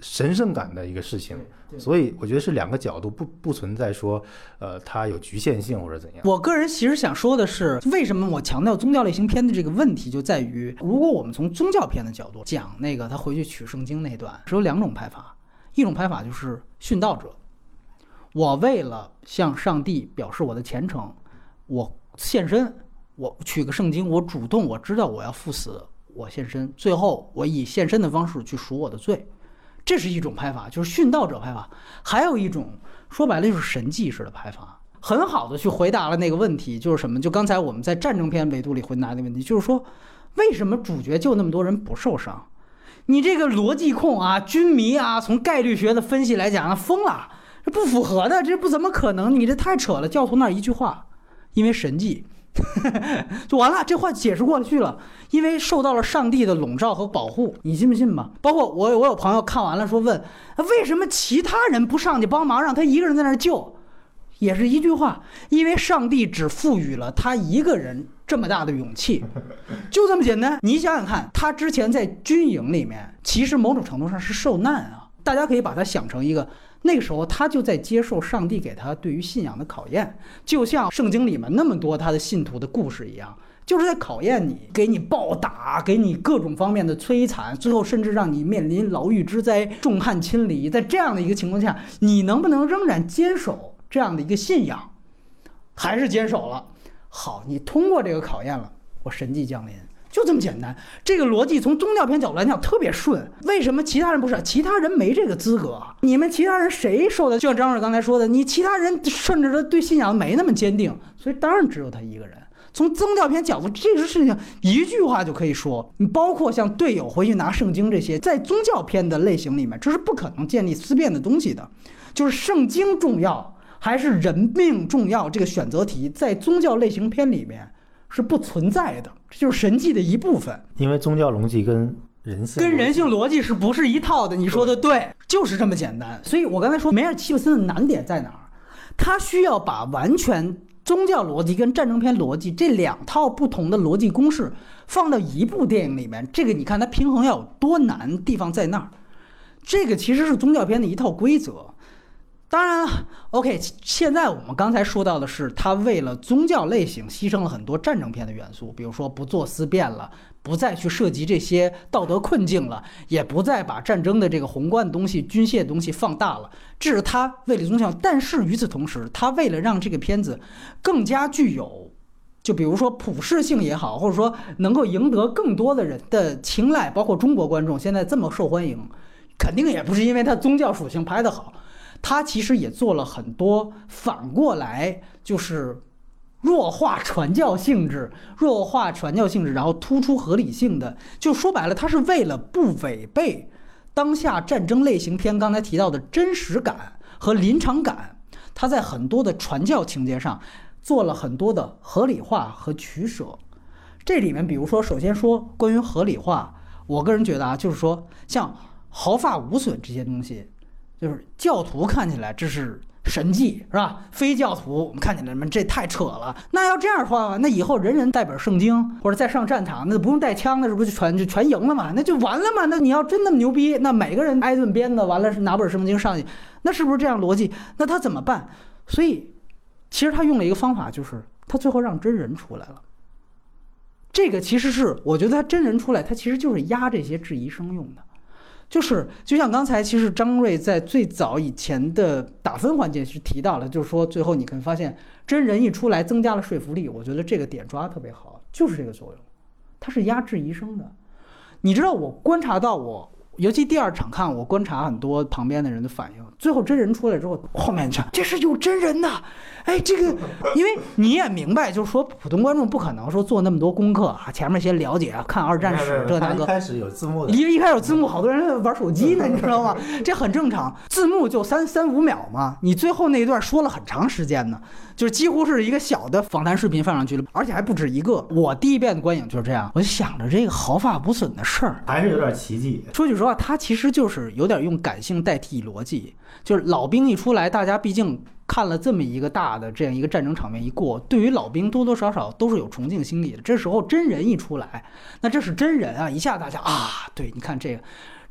Speaker 3: 神圣感的一个事情，所以我觉得是两个角度，不不存在说，呃，它有局限性或者怎样。
Speaker 4: 我个人其实想说的是，为什么我强调宗教类型片的这个问题，就在于如果我们从宗教片的角度讲，那个他回去取圣经那段是有两种拍法，一种拍法就是殉道者，我为了向上帝表示我的虔诚，我献身，我取个圣经，我主动，我知道我要赴死，我献身，最后我以献身的方式去赎我的罪。这是一种拍法，就是殉道者拍法。还有一种说白了就是神迹式的拍法，很好的去回答了那个问题，就是什么？就刚才我们在战争片维度里回答的问题，就是说为什么主角就那么多人不受伤？你这个逻辑控啊，军迷啊，从概率学的分析来讲啊，疯了，这不符合的，这不怎么可能？你这太扯了。教徒那一句话，因为神迹。就完了，这话解释过去了，因为受到了上帝的笼罩和保护，你信不信吧？包括我，我有朋友看完了说问，为什么其他人不上去帮忙，让他一个人在那儿救？也是一句话，因为上帝只赋予了他一个人这么大的勇气，就这么简单。你想想看，他之前在军营里面，其实某种程度上是受难啊，大家可以把它想成一个。那个时候他就在接受上帝给他对于信仰的考验，就像圣经里面那么多他的信徒的故事一样，就是在考验你，给你暴打，给你各种方面的摧残，最后甚至让你面临牢狱之灾，众叛亲离。在这样的一个情况下，你能不能仍然坚守这样的一个信仰？还是坚守了，好，你通过这个考验了，我神迹降临，就这么简单。这个逻辑从宗教片角度来讲特别顺。为什么其他人不是？其他人没这个资格。你们其他人谁受的？就像张瑞刚才说的，你其他人甚至他对信仰没那么坚定，所以当然只有他一个人。从宗教片角度，这个事情一句话就可以说。你包括像队友回去拿圣经这些，在宗教片的类型里面，这是不可能建立思辨的东西的。就是圣经重要还是人命重要这个选择题，在宗教类型片里面是不存在的，这就是神迹的一部分。
Speaker 3: 因为宗教逻辑跟人性
Speaker 4: 跟人性逻辑是不是一套的？你说的对，就是这么简单。所以我刚才说梅尔齐普森的难点在哪儿？他需要把完全宗教逻辑跟战争片逻辑这两套不同的逻辑公式放到一部电影里面，这个你看它平衡要有多难，地方在那儿。这个其实是宗教片的一套规则。当然了 ，OK， 现在我们刚才说到的是，他为了宗教类型牺牲了很多战争片的元素，比如说不做思辨了，不再去涉及这些道德困境了，也不再把战争的这个宏观的东西、军械的东西放大了，这是他为了宗教。但是与此同时，他为了让这个片子更加具有，就比如说普适性也好，或者说能够赢得更多的人的青睐，包括中国观众现在这么受欢迎，肯定也不是因为他宗教属性拍得好。他其实也做了很多反过来就是弱化传教性质弱化传教性质然后突出合理性的，就说白了他是为了不违背当下战争类型片刚才提到的真实感和临场感，他在很多的传教情节上做了很多的合理化和取舍。这里面比如说首先说关于合理化，我个人觉得啊，就是说像毫发无损这些东西，就是教徒看起来这是神迹是吧？非教徒我们看起来这太扯了。那要这样的话，那以后人人带本圣经或者再上战场，那不用带枪，那是不是就全就全赢了嘛？那就完了嘛？那你要真那么牛逼，那每个人挨顿鞭子，完了是拿本圣经上去，那是不是这样逻辑？那他怎么办？所以其实他用了一个方法，就是他最后让真人出来了。这个其实是我觉得他真人出来，他其实就是压这些质疑声用的。就是就像刚才其实张瑞在最早以前的打分环节是提到了，就是说最后你可以发现真人一出来增加了说服力，我觉得这个点抓得特别好，就是这个作用，它是压制疑声的。你知道我观察到我尤其第二场看，我观察很多旁边的人的反应，最后真人出来之后，后面看这是有真人的，哎，这个因为你也明白，就是说普通观众不可能说做那么多功课啊，前面先了解啊，看二战史这那个。
Speaker 3: 一开始有字幕的，
Speaker 4: 一一开始有字幕，好多人玩手机呢，你知道吗？这很正常，字幕就三三五秒嘛，你最后那一段说了很长时间呢，就是几乎是一个小的访谈视频放上去了，而且还不止一个。我第一遍的观影就是这样，我就想着这个毫发无损的事儿，
Speaker 3: 还是有点奇迹。
Speaker 4: 说句实话，他其实就是有点用感性代替逻辑，就是老兵一出来，大家毕竟看了这么一个大的这样一个战争场面一过，对于老兵多多少少都是有崇敬心理的。这时候真人一出来，那这是真人啊，一下大家啊，对，你看这个。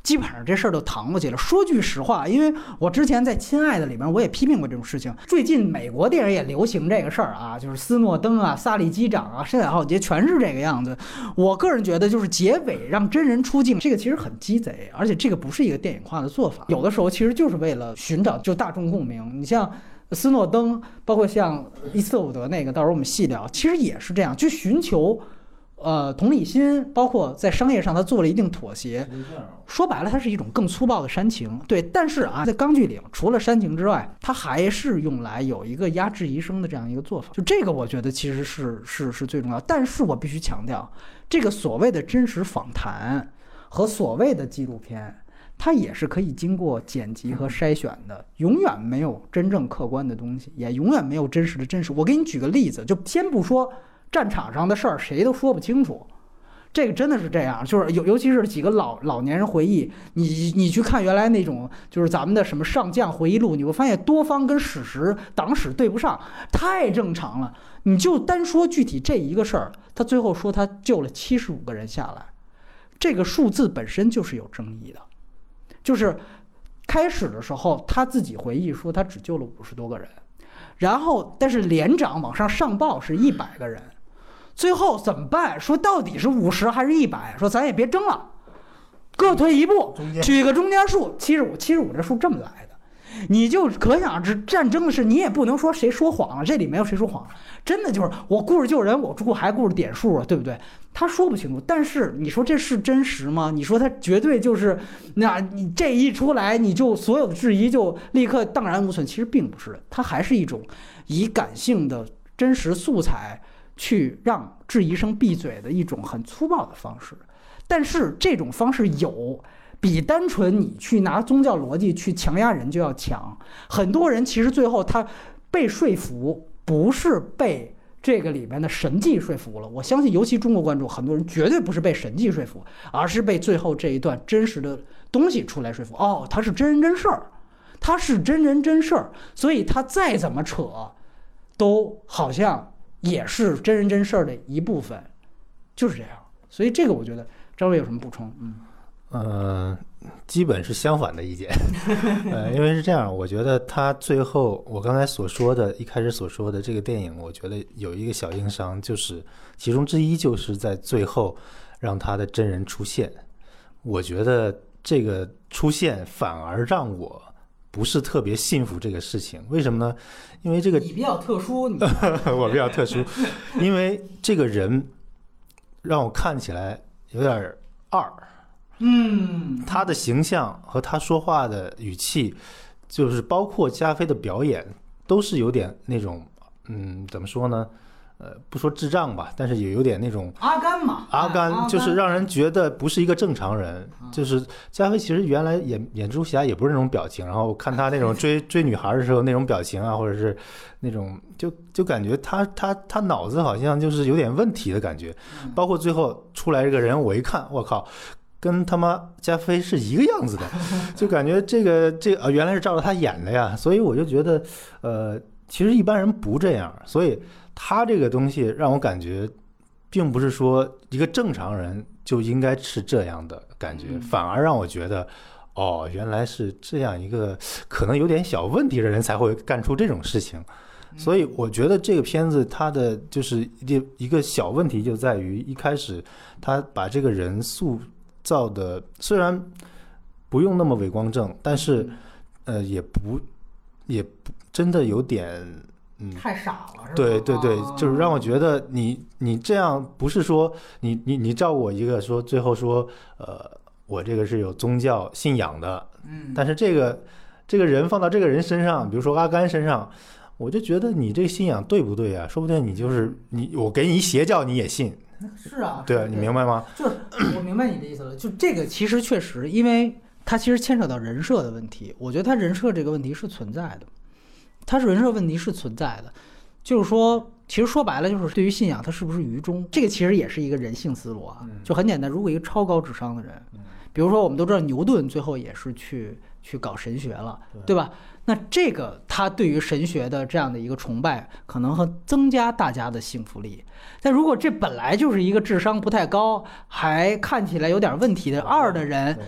Speaker 4: 基本上这事儿就搪过去了。说句实话，因为我之前在《亲爱的》里面我也批评过这种事情。最近美国电影也流行这个事儿啊，就是斯诺登啊、萨利机长啊、深海浩劫全是这个样子。我个人觉得，就是结尾让真人出镜，这个其实很鸡贼，而且这个不是一个电影化的做法。有的时候其实就是为了寻找就大众共鸣。你像斯诺登，包括像伊斯特伍德那个，到时候我们细聊，其实也是这样，去寻求。呃，同理心，包括在商业上，他做了一定妥协。说白了，它是一种更粗暴的煽情。对，但是啊，在钢锯岭除了煽情之外，它还是用来有一个压制疑声的这样一个做法。就这个，我觉得其实是是是最重要。但是我必须强调，这个所谓的真实访谈和所谓的纪录片，它也是可以经过剪辑和筛选的，永远没有真正客观的东西，也永远没有真实的真实。我给你举个例子，就先不说战场上的事儿，谁都说不清楚，这个真的是这样。就是尤尤其是几个老老年人回忆，你你去看原来那种就是咱们的什么上将回忆录，你会发现多方跟史实党史对不上，太正常了。你就单说具体这一个事儿，他最后说他救了七十五个人下来，这个数字本身就是有争议的。就是开始的时候他自己回忆说他只救了五十多个人，然后但是连长往上上报是一百个人。最后怎么办？说到底是五十还是一百？说咱也别争了，各退一步，取个中间数，七十五，七十五这数这么来的，你就可想而知，战争的事你也不能说谁说谎了，这里没有谁说谎了，真的就是我顾着救人，我顾还顾着点数啊，对不对？他说不清楚，但是你说这是真实吗？你说他绝对就是，那你这一出来，你就所有的质疑就立刻荡然无存，其实并不是，它还是一种以感性的真实素材去让质疑声闭嘴的一种很粗暴的方式。但是这种方式有比单纯你去拿宗教逻辑去强压人就要强。很多人其实最后他被说服，不是被这个里面的神迹说服了。我相信尤其中国观众，很多人绝对不是被神迹说服，而是被最后这一段真实的东西出来说服。哦，他是真人真事儿，他是真人真事儿，所以他再怎么扯都好像也是真人真事儿的一部分，就是这样。所以这个我觉得张伟有什么补充？嗯，
Speaker 3: 呃，基本是相反的意见。呃，因为是这样，我觉得他最后我刚才所说的，一开始所说的这个电影，我觉得有一个小硬伤，就是其中之一就是在最后让他的真人出现。我觉得这个出现反而让我不是特别信服这个事情。为什么呢？因为这个
Speaker 4: 你比较特殊，你
Speaker 3: 我比较特殊，因为这个人让我看起来有点二。
Speaker 4: 嗯，
Speaker 3: 他的形象和他说话的语气，就是包括加菲的表演，都是有点那种，嗯，怎么说呢？呃，不说智障吧，但是也有点那种
Speaker 4: 阿甘嘛，
Speaker 3: 阿甘就是让人觉得不是一个正常人。就是加菲其实原来演演蜘蛛侠也不是那种表情，然后我看他那种追追女孩的时候那种表情啊，或者是那种就就感觉他他他脑子好像就是有点问题的感觉。包括最后出来这个人，我一看，我靠，跟他妈加菲是一个样子的，就感觉这个这个、呃、原来是照着他演的呀。所以我就觉得，呃，其实一般人不这样，所以他这个东西让我感觉，并不是说一个正常人就应该是这样的感觉，反而让我觉得，哦，原来是这样一个可能有点小问题的人才会干出这种事情。所以我觉得这个片子它的就是一个小问题就在于一开始他把这个人塑造的虽然不用那么伟光正，但是呃也不也不真的有点嗯
Speaker 4: 太傻了，是吧？
Speaker 3: 对对对，就是让我觉得你你这样不是说你你你照我一个说最后说呃我这个是有宗教信仰的，
Speaker 4: 嗯，
Speaker 3: 但是这个这个人放到这个人身上，比如说阿甘身上，我就觉得你这个信仰对不对啊？说不定你就是你，我给你一邪教你也信。
Speaker 4: 是啊，
Speaker 3: 对啊，你明白吗？
Speaker 4: 就是我明白你的意思了。就这个其实确实，因为它其实牵扯到人设的问题。我觉得它人设这个问题是存在的，它是人设问题是存在的。就是说，其实说白了，就是对于信仰它是不是愚忠，这个其实也是一个人性思路啊。就很简单，如果一个超高智商的人，比如说我们都知道牛顿最后也是去去搞神学了，对吧？那这个他对于神学的这样的一个崇拜，可能会增加大家的幸福力。但如果这本来就是一个智商不太高，还看起来有点问题的二的人，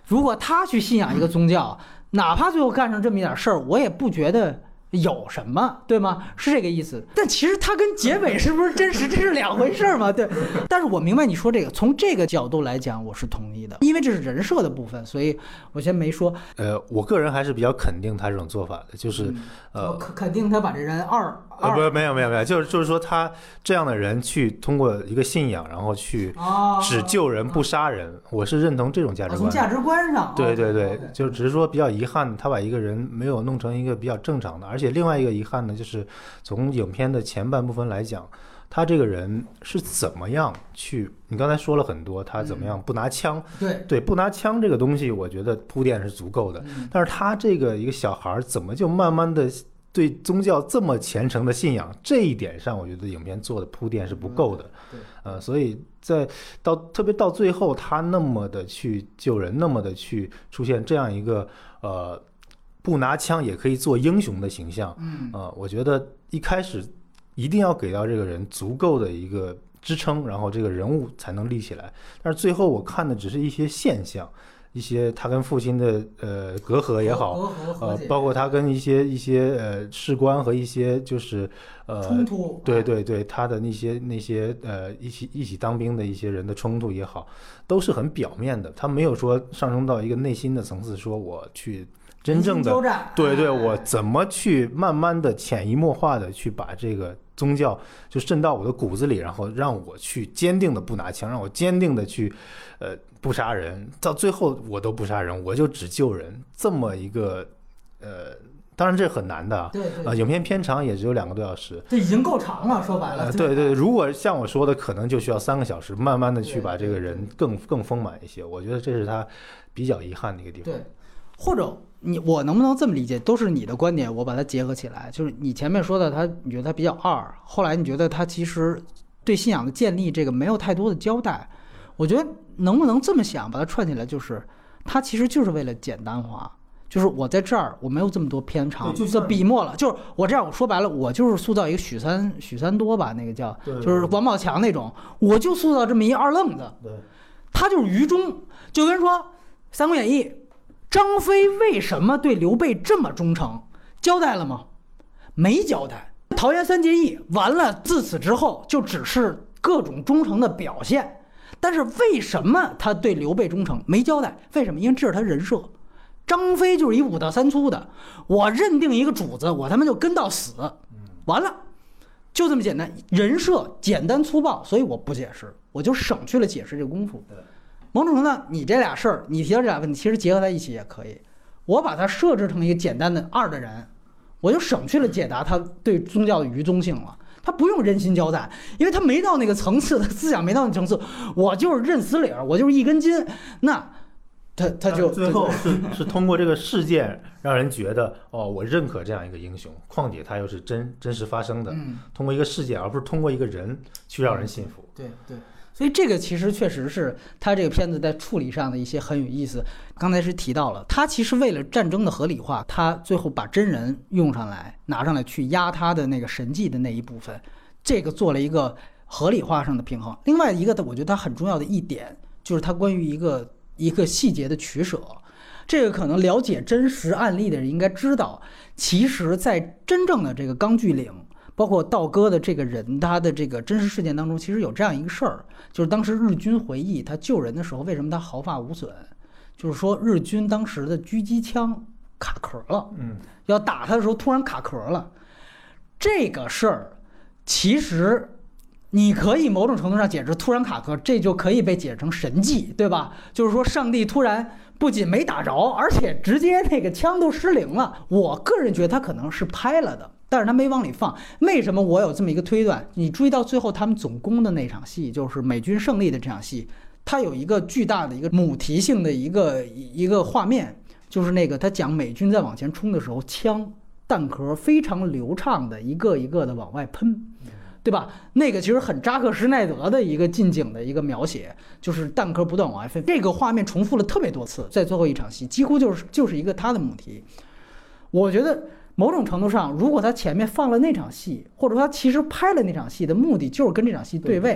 Speaker 4: 如果他去信仰一个宗教，哪怕最后干成这么一点事儿，我也不觉得有什么，对吗？是这个意思。但其实它跟结尾是不是真实，这是两回事嘛？对。但是我明白你说这个，从这个角度来讲，我是同意的，因为这是人设的部分，所以我先没说。
Speaker 3: 呃，我个人还是比较肯定他这种做法的，就是、
Speaker 4: 嗯、
Speaker 3: 呃，
Speaker 4: 肯定他把这人二
Speaker 3: 呃不没有没有没有，就是就是说他这样的人去通过一个信仰，然后去只救人不杀人，哦、我是认同这种价值观。
Speaker 4: 从价值观上，
Speaker 3: 对对对，
Speaker 4: 哦、
Speaker 3: 就只是说比较遗憾，他把一个人没有弄成一个比较正常的，而且另外一个遗憾呢，就是从影片的前半部分来讲，他这个人是怎么样去？你刚才说了很多，他怎么样不拿枪？
Speaker 4: 嗯、对
Speaker 3: 对，不拿枪这个东西，我觉得铺垫是足够的。
Speaker 4: 嗯、
Speaker 3: 但是他这个一个小孩怎么就慢慢的对宗教这么虔诚的信仰，这一点上，我觉得影片做的铺垫是不够的。
Speaker 4: 嗯、
Speaker 3: 呃，所以在到特别到最后，他那么的去救人，那么的去出现这样一个呃。不拿枪也可以做英雄的形象，
Speaker 4: 嗯，
Speaker 3: 呃，我觉得一开始一定要给到这个人足够的一个支撑，然后这个人物才能立起来。但是最后我看的只是一些现象，一些他跟父亲的呃隔阂也好，呃，包括他跟一些一些呃士官和一些就是呃
Speaker 4: 冲突，
Speaker 3: 对对对，他的那些那些呃一起一起当兵的一些人的冲突也好，都是很表面的，他没有说上升到一个内心的层次，说我去。真正的对对，我怎么去慢慢的潜移默化的去把这个宗教就渗到我的骨子里，然后让我去坚定的不拿枪，让我坚定的去呃不杀人，到最后我都不杀人，我就只救人，这么一个呃，当然这很难的啊。
Speaker 4: 对对
Speaker 3: 啊、呃，影片片长也只有两个多小时，
Speaker 4: 这已经够长了，说白了。
Speaker 3: 呃、对对，如果像我说的，可能就需要三个小时，慢慢的去把这个人更更丰满一些。我觉得这是他比较遗憾的一个地方。
Speaker 4: 对，或者。你我能不能这么理解？都是你的观点，我把它结合起来。就是你前面说的他，你觉得他比较二，后来你觉得他其实对信仰的建立这个没有太多的交代。我觉得能不能这么想，把它串起来，就是他其实就是为了简单化，就是我在这儿我没有这么多篇长的笔墨了，就是我这样我说白了，我就是塑造一个许三许三多吧，那个叫就是王宝强那种，我就塑造这么一二愣子，
Speaker 3: 对，
Speaker 4: 他就是愚忠，就跟说《三国演义》。张飞为什么对刘备这么忠诚？交代了吗？没交代。桃园三结义完了，自此之后就只是各种忠诚的表现。但是为什么他对刘备忠诚？没交代。为什么？因为这是他人设。张飞就是一五大三粗的，我认定一个主子，我他妈就跟到死，完了，就这么简单。人设简单粗暴，所以我不解释，我就省去了解释这个功夫。某种程度上，你这俩事儿，你提到这俩问题，其实结合在一起也可以。我把它设置成一个简单的二的人，我就省去了解答他对宗教的愚忠性了。他不用人心交代，因为他没到那个层次，他思想没到那层次。我就是认死理儿，我就是一根筋。那他他就
Speaker 3: 最后是是通过这个事件让人觉得哦，我认可这样一个英雄，况且他又是真真实发生的。
Speaker 4: 嗯，
Speaker 3: 通过一个事件，而不是通过一个人去让人信服。
Speaker 4: 对对。所以这个其实确实是他这个片子在处理上的一些很有意思。刚才是提到了，他其实为了战争的合理化，他最后把真人用上来，拿上来去压他的那个神迹的那一部分，这个做了一个合理化上的平衡。另外一个我觉得他很重要的一点就是他关于一个一个细节的取舍。这个可能了解真实案例的人应该知道，其实在真正的这个钢锯岭，包括道哥的这个人，他的这个真实事件当中，其实有这样一个事儿，就是当时日军回忆他救人的时候，为什么他毫发无损？就是说日军当时的狙击枪卡壳了，
Speaker 3: 嗯，
Speaker 4: 要打他的时候突然卡壳了。这个事儿其实你可以某种程度上解释突然卡壳，这就可以被解释成神迹，对吧？就是说上帝突然不仅没打着，而且直接那个枪都失灵了。我个人觉得他可能是拍了的，但是他没往里放。为什么我有这么一个推断？你注意到最后他们总攻的那场戏，就是美军胜利的这场戏，它有一个巨大的一个母题性的一个一个画面，就是那个他讲美军在往前冲的时候，枪弹壳非常流畅的一个一个的往外喷，对吧？那个其实很扎克施耐德的一个近景的一个描写，就是弹壳不断往外飞，这个画面重复了特别多次，在最后一场戏几乎就是就是一个他的母题。我觉得某种程度上，如果他前面放了那场戏，或者说他其实拍了那场戏的目的就是跟这场戏对位，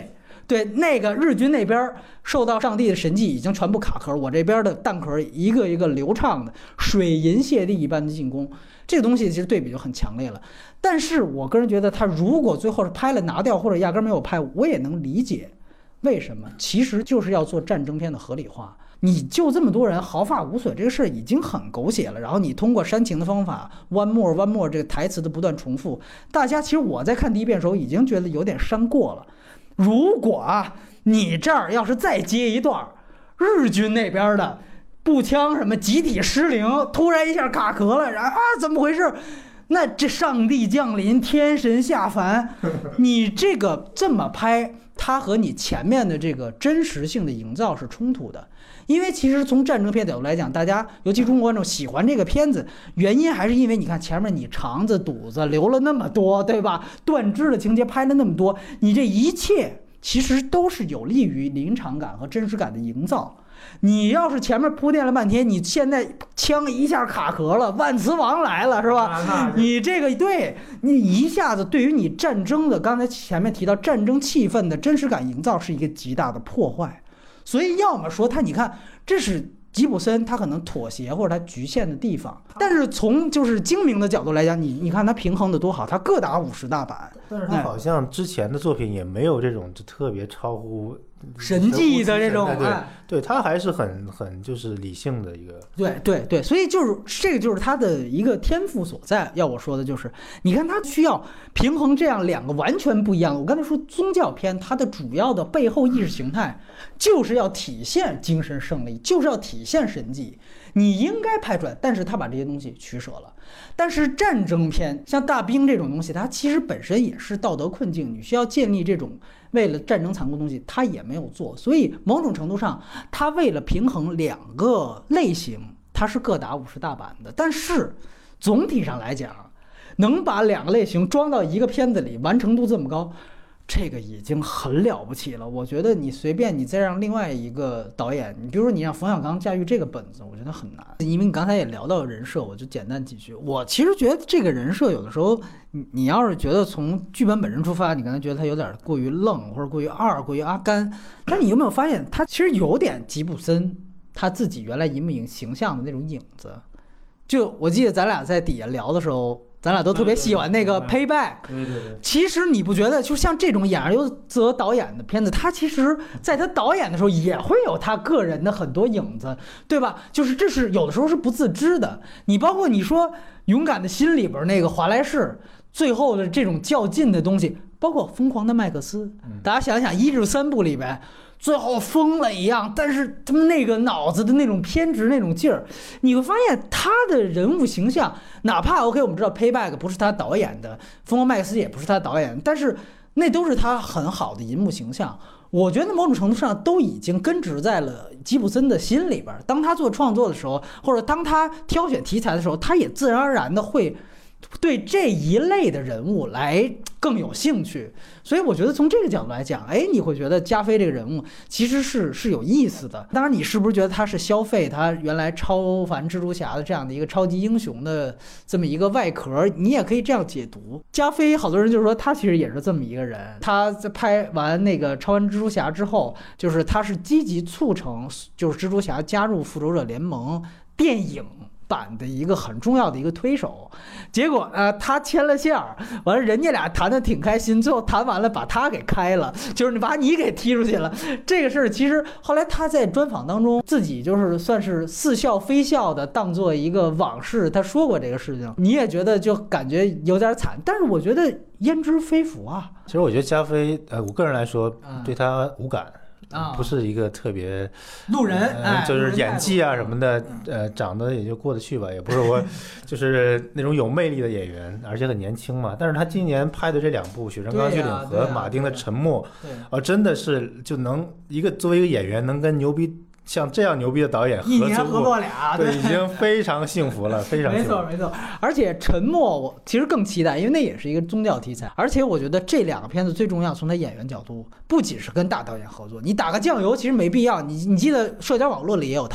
Speaker 4: 对，那个日军那边受到上帝的神迹已经全部卡壳，我这边的弹壳一个一个流畅的水银泻地一般的进攻，这个东西其实对比就很强烈了。但是我个人觉得，他如果最后是拍了拿掉，或者压根没有拍，我也能理解为什么，其实就是要做战争片的合理化。你就这么多人毫发无损，这个事儿已经很狗血了。然后你通过煽情的方法 ，one more one more 这个台词的不断重复，大家其实我在看第一遍的时候已经觉得有点煽过了。如果啊，你这儿要是再接一段日军那边的步枪什么集体失灵，突然一下卡壳了，然后啊怎么回事？那这上帝降临，天神下凡，你这个这么拍，它和你前面的这个真实性的营造是冲突的。因为其实从战争片角度来讲，大家尤其中国观众喜欢这个片子，原因还是因为你看前面你肠子肚子流了那么多，对吧？断肢的情节拍了那么多，你这一切其实都是有利于临场感和真实感的营造。你要是前面铺垫了半天，你现在枪一下卡壳了，万磁王来了是吧？你这个对你一下子对于你战争的刚才前面提到战争气氛的真实感营造是一个极大的破坏。所以要么说他，你看这是吉普森他可能妥协或者他局限的地方，但是从就是精明的角度来讲，你你看他平衡的多好，他各打五十大板。
Speaker 3: 但是他好像之前的作品也没有这种就特别超乎
Speaker 4: 神迹的这种，
Speaker 3: 对对，对他还是很很就是理性的一个，
Speaker 4: 对对对，所以就是这个就是他的一个天赋所在。要我说的就是，你看他需要平衡这样两个完全不一样的。我刚才说宗教片，它的主要的背后意识形态就是要体现精神胜利，就是要体现神迹，你应该拍出来，但是他把这些东西取舍了。但是战争片像大兵这种东西，它其实本身也是道德困境，你需要建立这种为了战争残酷的东西，他也没有做。所以某种程度上，他为了平衡两个类型，他是各打五十大板的。但是总体上来讲，能把两个类型装到一个片子里，完成度这么高，这个已经很了不起了。我觉得你随便你再让另外一个导演，你比如说你让冯小刚驾驭这个本子，我觉得很难。因为你刚才也聊到人设，我就简单几句。我其实觉得这个人设有的时候，你你要是觉得从剧本本身出发，你刚才觉得他有点过于愣，或者过于二，过于阿甘，但是你有没有发现，他其实有点吉普森他自己原来荧幕形象的那种影子？就我记得咱俩在底下聊的时候，咱俩都特别喜欢那个 Payback。
Speaker 3: 对对对。
Speaker 4: 其实你不觉得，就像这种演而优则导演的片子，他其实在他导演的时候也会有他个人的很多影子，对吧？就是这是有的时候是不自知的。你包括你说《勇敢的心》里边那个华莱士最后的这种较劲的东西，包括《疯狂的麦克斯》，大家想想一至三部里边。最后疯了一样，但是他们那个脑子的那种偏执那种劲儿，你会发现他的人物形象，哪怕 OK 我们知道 Payback 不是他导演的，疯狂麦克斯也不是他导演的，但是那都是他很好的银幕形象。我觉得某种程度上都已经根植在了吉普森的心里边。当他做创作的时候，或者当他挑选题材的时候，他也自然而然的会对这一类的人物来更有兴趣。所以我觉得从这个角度来讲，哎，你会觉得加菲这个人物其实是是有意思的。当然你是不是觉得他是消费他原来超凡蜘蛛侠的这样的一个超级英雄的这么一个外壳，你也可以这样解读。加菲好多人就是说他其实也是这么一个人，他在拍完那个超凡蜘蛛侠之后，就是他是积极促成就是蜘蛛侠加入复仇者联盟电影版的一个很重要的一个推手。结果呃他签了线儿，完了人家俩谈的挺开心，最后谈完了把他给开了，就是你把你给踢出去了。这个事儿其实后来他在专访当中自己就是算是似笑非笑的当做一个往事，他说过这个事情，你也觉得就感觉有点惨，但是我觉得焉知非福啊。
Speaker 3: 其实我觉得加菲呃我个人来说对他无感。啊、不是一个特别
Speaker 4: 路人、
Speaker 3: 呃
Speaker 4: 哎，
Speaker 3: 就是演技啊什么的，呃，长得也就过得去吧，也不是我就是那种有魅力的演员，而且很年轻嘛。但是他今年拍的这两部《雪山钢锯岭》和马丁的《沉默》，啊，真的是就能一个作为一个演员能跟牛逼。像这样牛逼的导演合作，
Speaker 4: 一年合作俩，
Speaker 3: 对，已经非常幸福了，非常幸福。
Speaker 4: 没错没错。而且沉默我其实更期待，因为那也是一个宗教题材。而且我觉得这两个片子最重要，从他演员角度，不仅是跟大导演合作，你打个酱油其实没必要。你你记得社交网络里也有他。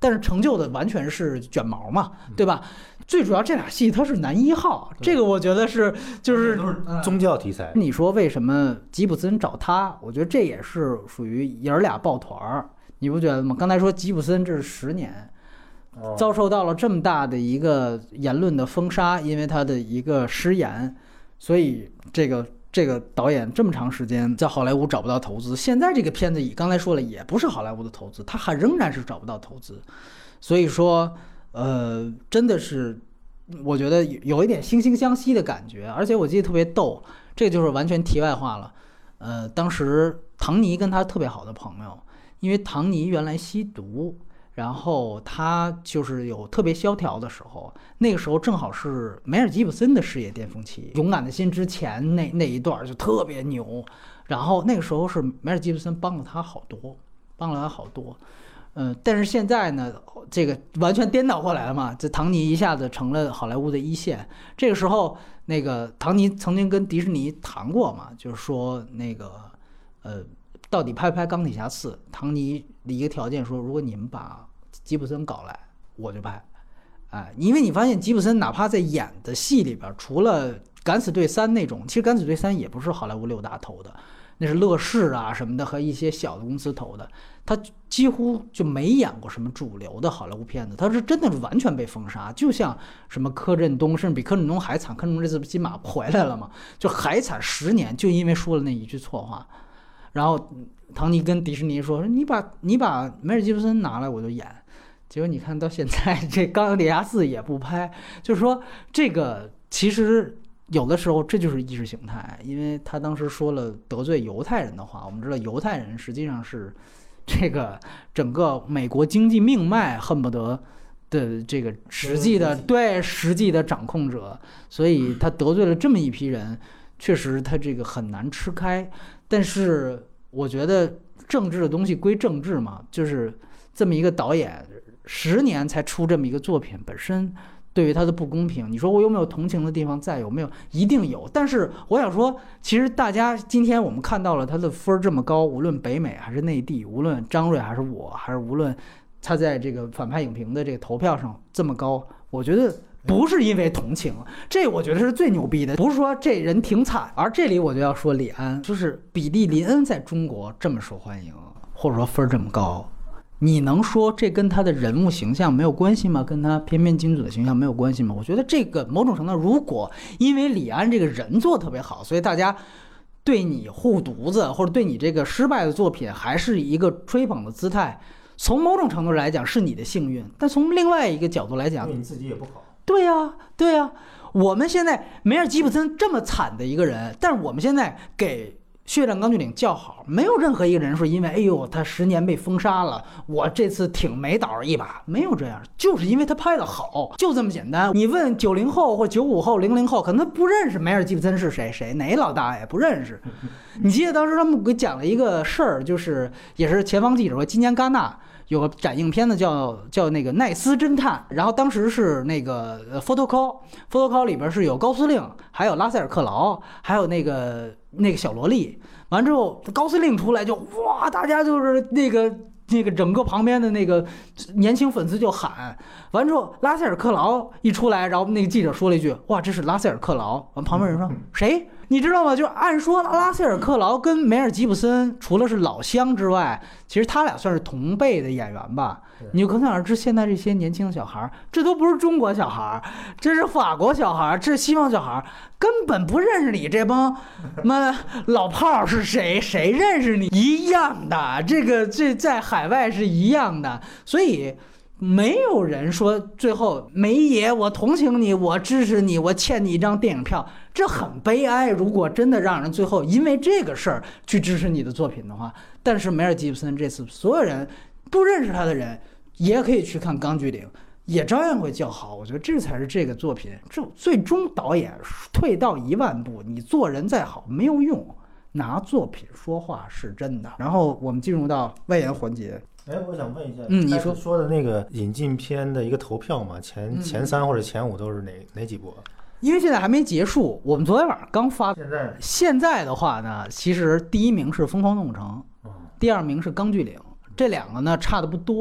Speaker 4: 但是成就的完全是卷毛嘛，对吧？最主要这俩戏它是男一号，这个我觉得是就是
Speaker 3: 都是宗教题材。
Speaker 4: 你说为什么吉普森找他？我觉得这也是属于爷儿俩抱团儿，你不觉得吗？刚才说吉普森这是十年。遭受到了这么大的一个言论的封杀，因为他的一个失言，所以这个这个导演这么长时间在好莱坞找不到投资。现在这个片子也刚才说了，也不是好莱坞的投资，他还仍然是找不到投资。所以说，呃，真的是我觉得有一点惺惺相惜的感觉。而且我记得特别逗，这个就是完全题外话了。呃，当时唐尼跟他特别好的朋友，因为唐尼原来吸毒。然后他就是有特别萧条的时候，那个时候正好是梅尔吉普森的事业巅峰期，《勇敢的心》之前那那一段就特别牛。然后那个时候是梅尔吉普森帮了他好多，帮了他好多。嗯、呃，但是现在呢，这个完全颠倒过来了嘛，这唐尼一下子成了好莱坞的一线。这个时候，那个唐尼曾经跟迪士尼谈过嘛，就是说那个呃。到底拍不拍钢铁侠四？唐尼的一个条件说，如果你们把吉普森搞来，我就拍。哎，因为你发现吉普森哪怕在演的戏里边，除了敢死队三那种，其实敢死队三也不是好莱坞六大投的，那是乐视啊什么的和一些小的公司投的，他几乎就没演过什么主流的好莱坞片子，他是真的是完全被封杀。就像什么柯震东，甚至比柯震东还惨，柯震东这次金马回来了嘛，就还惨十年，就因为说了那一句错话。然后唐尼跟迪士尼说：“你把你把梅尔吉普森拿来，我就演。”结果你看到现在这《钢铁侠四》也不拍，就是说这个其实有的时候这就是意识形态，因为他当时说了得罪犹太人的话。我们知道犹太人实际上是这个整个美国经济命脉恨不得的这个实际的对实际的掌控者，所以他得罪了这么一批人，确实他这个很难吃开。但是我觉得政治的东西归政治嘛，就是这么一个导演十年才出这么一个作品，本身对于他的不公平，你说我有没有同情的地方？在有没有？一定有。但是我想说，其实大家今天我们看到了他的分这么高，无论北美还是内地，无论张瑞还是我，还是无论他在这个反派影评的这个投票上这么高，我觉得不是因为同情，这我觉得是最牛逼的。不是说这人挺惨，而这里我就要说李安，就是比利·林恩在中国这么受欢迎，或者说分这么高，你能说这跟他的人物形象没有关系吗？跟他翩翩君子的形象没有关系吗？我觉得这个某种程度，如果因为李安这个人做特别好，所以大家对你护犊子，或者对你这个失败的作品还是一个吹捧的姿态，从某种程度来讲是你的幸运，但从另外一个角度来讲，
Speaker 3: 对你自己也不好。
Speaker 4: 对呀、啊，对呀、啊，我们现在梅尔吉普森这么惨的一个人，但是我们现在给《血战钢锯岭》叫好，没有任何一个人说因为哎呦他十年被封杀了，我这次挺梅导一把，没有这样，就是因为他拍的好，就这么简单。你问九零后或九五后、零零后，可能他不认识梅尔吉普森是谁，谁哪老大爷不认识。你记得当时他们给讲了一个事儿，就是也是前方记者说，今年戛纳有个展映片子叫叫那个奈斯侦探，然后当时是那个 photo call photo call 里边是有高司令，还有拉塞尔克劳，还有那个那个小萝莉。完之后高司令出来就哇，大家就是那个那个整个旁边的那个年轻粉丝就喊。完之后拉塞尔克劳一出来，然后那个记者说了一句哇，这是拉塞尔克劳。完旁边人说谁？你知道吗？就按说拉塞尔克劳跟梅尔吉普森除了是老乡之外，其实他俩算是同辈的演员吧。你就可想而知，现在这些年轻的小孩，这都不是中国小孩，这是法国小孩，这是西方小孩，根本不认识你这帮妈老炮是谁，谁认识你？一样的，这个这在海外是一样的，所以。没有人说最后梅爷我同情你，我支持你，我欠你一张电影票，这很悲哀。如果真的让人最后因为这个事儿去支持你的作品的话，但是梅尔吉普森这次所有人不认识他的人也可以去看《钢锯岭》，也照样会叫好。我觉得这才是这个作品，这最终导演退到一万步，你做人再好没有用，拿作品说话是真的。然后我们进入到外延环节。
Speaker 3: 哎，我想问一下，
Speaker 4: 嗯，你说
Speaker 3: 说的那个引进片的一个投票嘛，前、嗯、前三或者前五都是哪哪几部？
Speaker 4: 因为现在还没结束，我们昨天晚上刚发。
Speaker 3: 现在
Speaker 4: 现在的话呢，其实第一名是《疯狂动物城》，第二名是《钢锯岭》，这两个呢差的不多。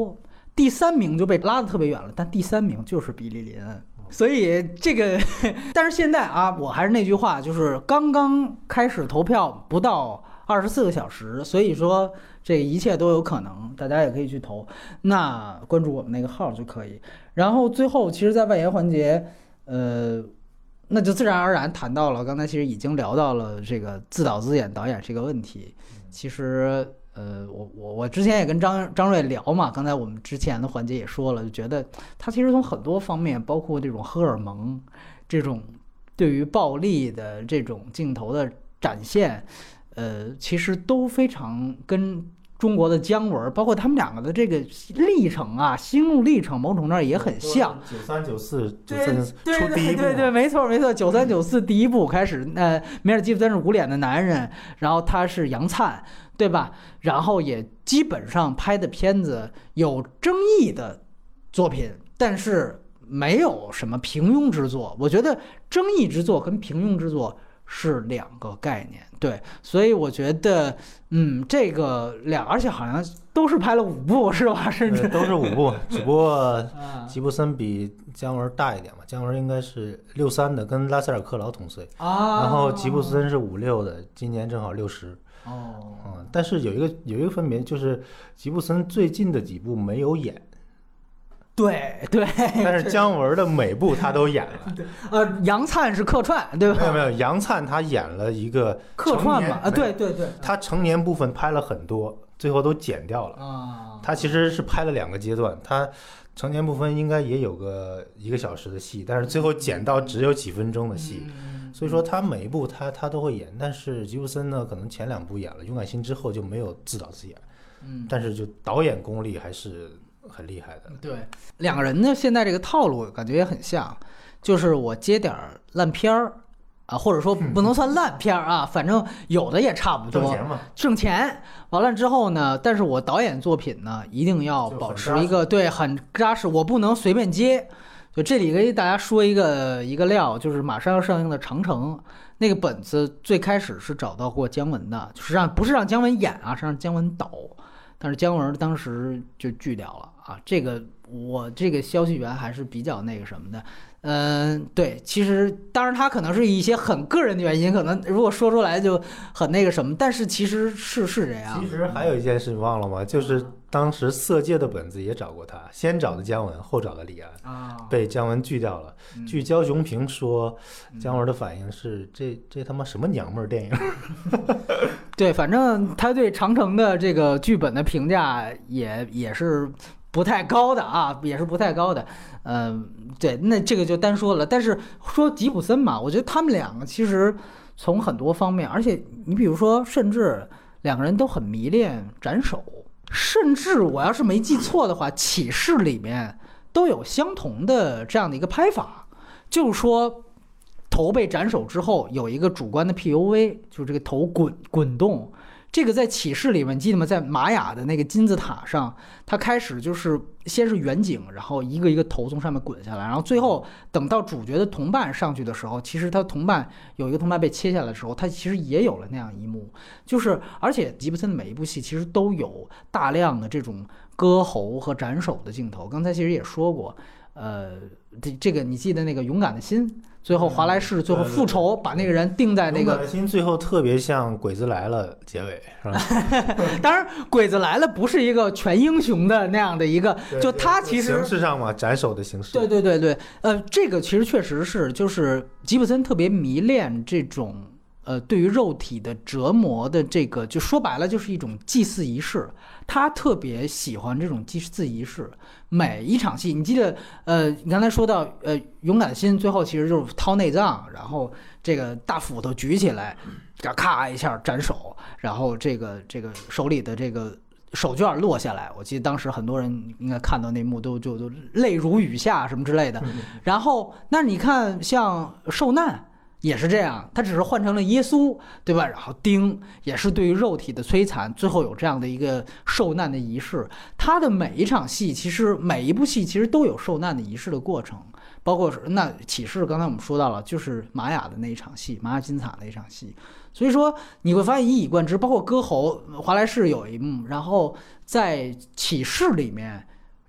Speaker 4: 第三名就被拉得特别远了，但第三名就是比利林恩。所以这个，但是现在啊，我还是那句话，就是刚刚开始投票不到二十四个小时，所以说这一切都有可能，大家也可以去投。那关注我们那个号就可以。然后最后，其实，在外延环节，呃，那就自然而然谈到了，刚才其实已经聊到了这个自导自演导演这个问题。其实。呃，我我我之前也跟张张瑞聊嘛，刚才我们之前的环节也说了，就觉得他其实从很多方面，包括这种荷尔蒙，这种对于暴力的这种镜头的展现，呃，其实都非常跟中国的姜文，包括他们两个的这个历程啊，心路历程，某种程度上也很像。
Speaker 3: 九三九四九三出第一部，
Speaker 4: 对对对，没错没错，九三九四第一部开始，呃，梅尔吉普森是无脸的男人，然后他是杨灿。对吧？然后也基本上拍的片子有争议的作品，但是没有什么平庸之作。我觉得争议之作跟平庸之作是两个概念。对，所以我觉得，嗯，这个两，而且好像都是拍了五部，是吧？甚至
Speaker 3: 都是五部，只不过吉布森比姜文大一点嘛。姜文应该是六三的，跟拉塞尔克劳同岁啊，然后吉布森是五六的，今年正好六十。
Speaker 4: 哦，
Speaker 3: 嗯，但是有一个有一个分别，就是吉布森最近的几部没有演，
Speaker 4: 对对，
Speaker 3: 但是姜文的每部他都演了。
Speaker 4: 呃，杨灿是客串，对吧？
Speaker 3: 没有没有，杨灿他演了一个
Speaker 4: 客串嘛，啊，对对对，
Speaker 3: 他成年部分拍了很多，最后都剪掉了
Speaker 4: 啊。
Speaker 3: 他其实是拍了两个阶段，他成年部分应该也有个一个小时的戏，但是最后剪到只有几分钟的戏。嗯，所以说他每一部他他都会演，但是吉布森呢，可能前两部演了《勇敢心》之后就没有自导自演，嗯，但是就导演功力还是很厉害的。
Speaker 4: 对，两个人呢，现在这个套路感觉也很像，就是我接点烂片儿啊，或者说不能算烂片儿啊，反正有的也差不多，
Speaker 3: 挣钱嘛，
Speaker 4: 挣钱。完了之后呢，但是我导演作品呢，一定要保持一个对很扎实，我不能随便接。就这里给大家说一个一个料，就是马上要上映的《长城》那个本子，最开始是找到过姜文的，就是让不是让姜文演啊，是让姜文导，但是姜文当时就拒掉了啊。这个我这个消息源还是比较那个什么的，嗯、呃，对，其实当然他可能是一些很个人的原因，可能如果说出来就很那个什么，但是其实是是这样。
Speaker 3: 其实还有一件事你忘了吗？就是当时《色戒》的本子也找过他，先找的姜文，后找的李安，啊，被姜文拒掉了。嗯、据焦雄平说，姜文的反应是：这这他妈什么娘们儿电影？
Speaker 4: 对，反正他对《长城》的这个剧本的评价也也是不太高的啊，也是不太高的。嗯、呃，对，那这个就单说了。但是说吉普森嘛，我觉得他们两个其实从很多方面，而且你比如说，甚至两个人都很迷恋斩首。甚至我要是没记错的话，《启示》里面都有相同的这样的一个拍法，就是说头被斩首之后有一个主观的 P O V， 就是这个头滚滚动。这个在《启示》里面，你记得吗？在玛雅的那个金字塔上，它开始就是先是远景，然后一个一个头从上面滚下来，然后最后等到主角的同伴上去的时候，其实他同伴有一个同伴被切下来的时候，他其实也有了那样一幕。就是而且吉布森的每一部戏其实都有大量的这种割喉和斩首的镜头。刚才其实也说过，呃，这这个你记得那个勇敢的心？最后华莱士最后复仇，把那个人钉在那个。勇敢的
Speaker 3: 心最后特别像《鬼子来了》结尾，是吧？
Speaker 4: 当然，《鬼子来了》不是一个全英雄的那样的一个，就他其实
Speaker 3: 形式上嘛，斩首的形式。
Speaker 4: 对对对对，呃，这个其实确实是，就是吉普森特别迷恋这种呃对于肉体的折磨的这个，就说白了就是一种祭祀仪式。他特别喜欢这种祭祀仪式。每一场戏，你记得，呃，你刚才说到，呃，勇敢的心最后其实就是掏内脏，然后这个大斧头举起来，咔一下斩首，然后这个这个手里的这个手绢落下来。我记得当时很多人应该看到那幕都就都泪如雨下什么之类的。然后，那你看像受难。也是这样，他只是换成了耶稣，对吧？然后钉也是对于肉体的摧残，最后有这样的一个受难的仪式。他的每一场戏，其实每一部戏其实都有受难的仪式的过程，包括那启示，刚才我们说到了，就是玛雅的那一场戏，玛雅金字塔那一场戏。所以说你会发现一以贯之，包括割喉，华莱士有一幕，然后在启示里面。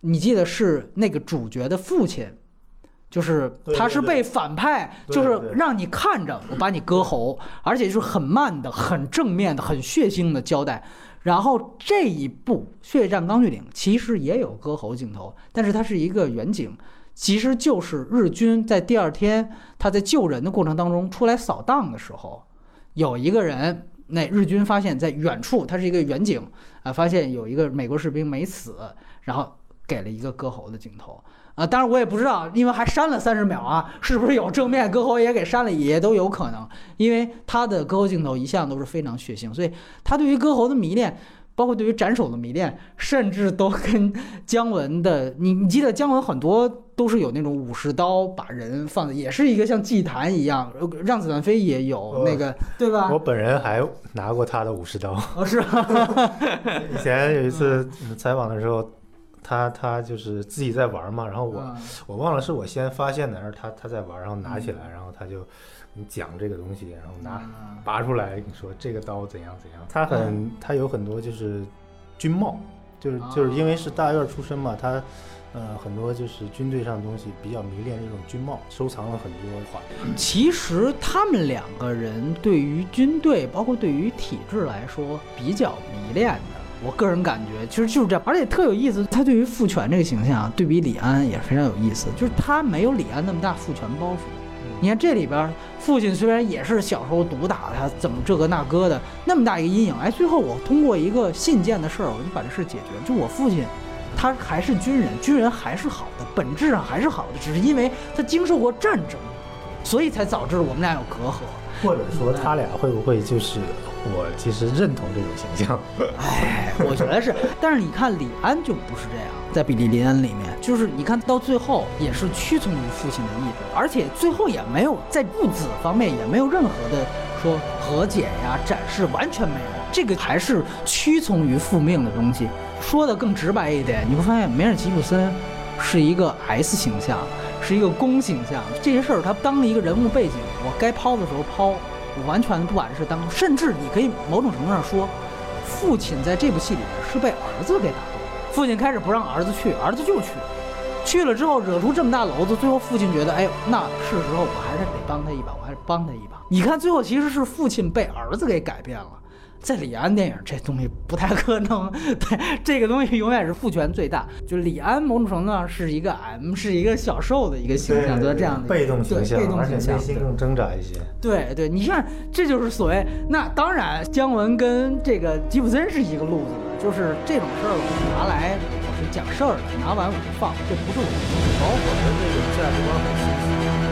Speaker 4: 你记得是那个主角的父亲，就是他是被反派，就是让你看着我把你割喉，而且是很慢的、很正面的、很血腥的交代。然后这一部《血战钢锯岭》其实也有割喉镜头，但是它是一个远景，其实就是日军在第二天他在救人的过程当中出来扫荡的时候，有一个人，那日军发现在远处，它是一个远景啊，发现有一个美国士兵没死，然后给了一个割喉的镜头。啊，当然我也不知道，因为还删了三十秒啊，是不是有正面割喉也给删了，也都有可能。因为他的割喉镜头一向都是非常血腥，所以他对于割喉的迷恋，包括对于斩首的迷恋，甚至都跟姜文的，你你记得姜文很多都是有那种武士刀把人放的，也是一个像祭坛一样。让子弹飞也有那个，哦、对吧？
Speaker 3: 我本人还拿过他的武士刀。
Speaker 4: 哦，是吗？
Speaker 3: 以前有一次采访的时候。他他就是自己在玩嘛，然后我、嗯、我忘了是我先发现的，还是他他在玩，然后拿起来，嗯、然后他就你讲这个东西，然后拿、嗯、拔出来，你说这个刀怎样怎样。他很、嗯、他有很多就是军帽，就是就是因为是大院出身嘛，他呃很多就是军队上的东西比较迷恋这种军帽，收藏了很多画。
Speaker 4: 其实他们两个人对于军队，包括对于体制来说，比较迷恋的。我个人感觉其实就是这样，而且特有意思。他对于父权这个形象对比李安也非常有意思，就是他没有李安那么大父权包袱。你看这里边父亲虽然也是小时候毒打他，怎么这个那个的，那么大一个阴影，哎，最后我通过一个信件的事儿，我就把这事解决。就我父亲他还是军人，军人还是好的，本质上还是好的，只是因为他经受过战争，所以才导致我们俩有隔阂。
Speaker 3: 或者说他俩会不会就是我其实认同这种形象？
Speaker 4: 哎，我觉得是，但是你看李安就不是这样，在比利林恩里面，就是你看到最后也是屈从于父亲的意志，而且最后也没有在父子方面也没有任何的说和解呀、展示，完全没有，这个还是屈从于父命的东西。说的更直白一点，你会发现梅尔吉布森是一个 S 形象，是一个公形象，这些事儿他当了一个人物背景，我该抛的时候抛，我完全不把这事当，甚至你可以某种程度上说，父亲在这部戏里面是被儿子给打动。父亲开始不让儿子去，儿子就去，去了之后惹出这么大篓子，最后父亲觉得，哎，那是时候我还是得帮他一把，我还是帮他一把。你看最后其实是父亲被儿子给改变了。在李安电影这东西不太可能，对，这个东西永远是父权最大。就李安某种程度上是一个 M， 是一个小受的一个形象，就这样的
Speaker 3: 被动形象，
Speaker 4: 被动形象，
Speaker 3: 而且内心更挣扎一些。
Speaker 4: 对对，你看，这就是所谓。那当然，姜文跟这个吉普森是一个路子的，就是这种事儿我拿来我是讲事儿的，拿完我就放，这不是我的
Speaker 3: 包括的这个价值观很清晰，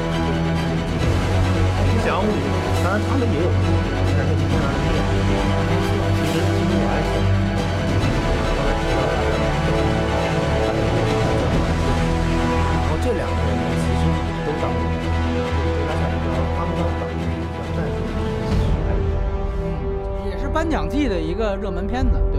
Speaker 3: 影响我。当然他们也有，但是影响力。其实其实我还想，然后这两个人其实都当过，对他想说他们都当过短暂时的，
Speaker 4: 也是颁奖季的一个热门片子。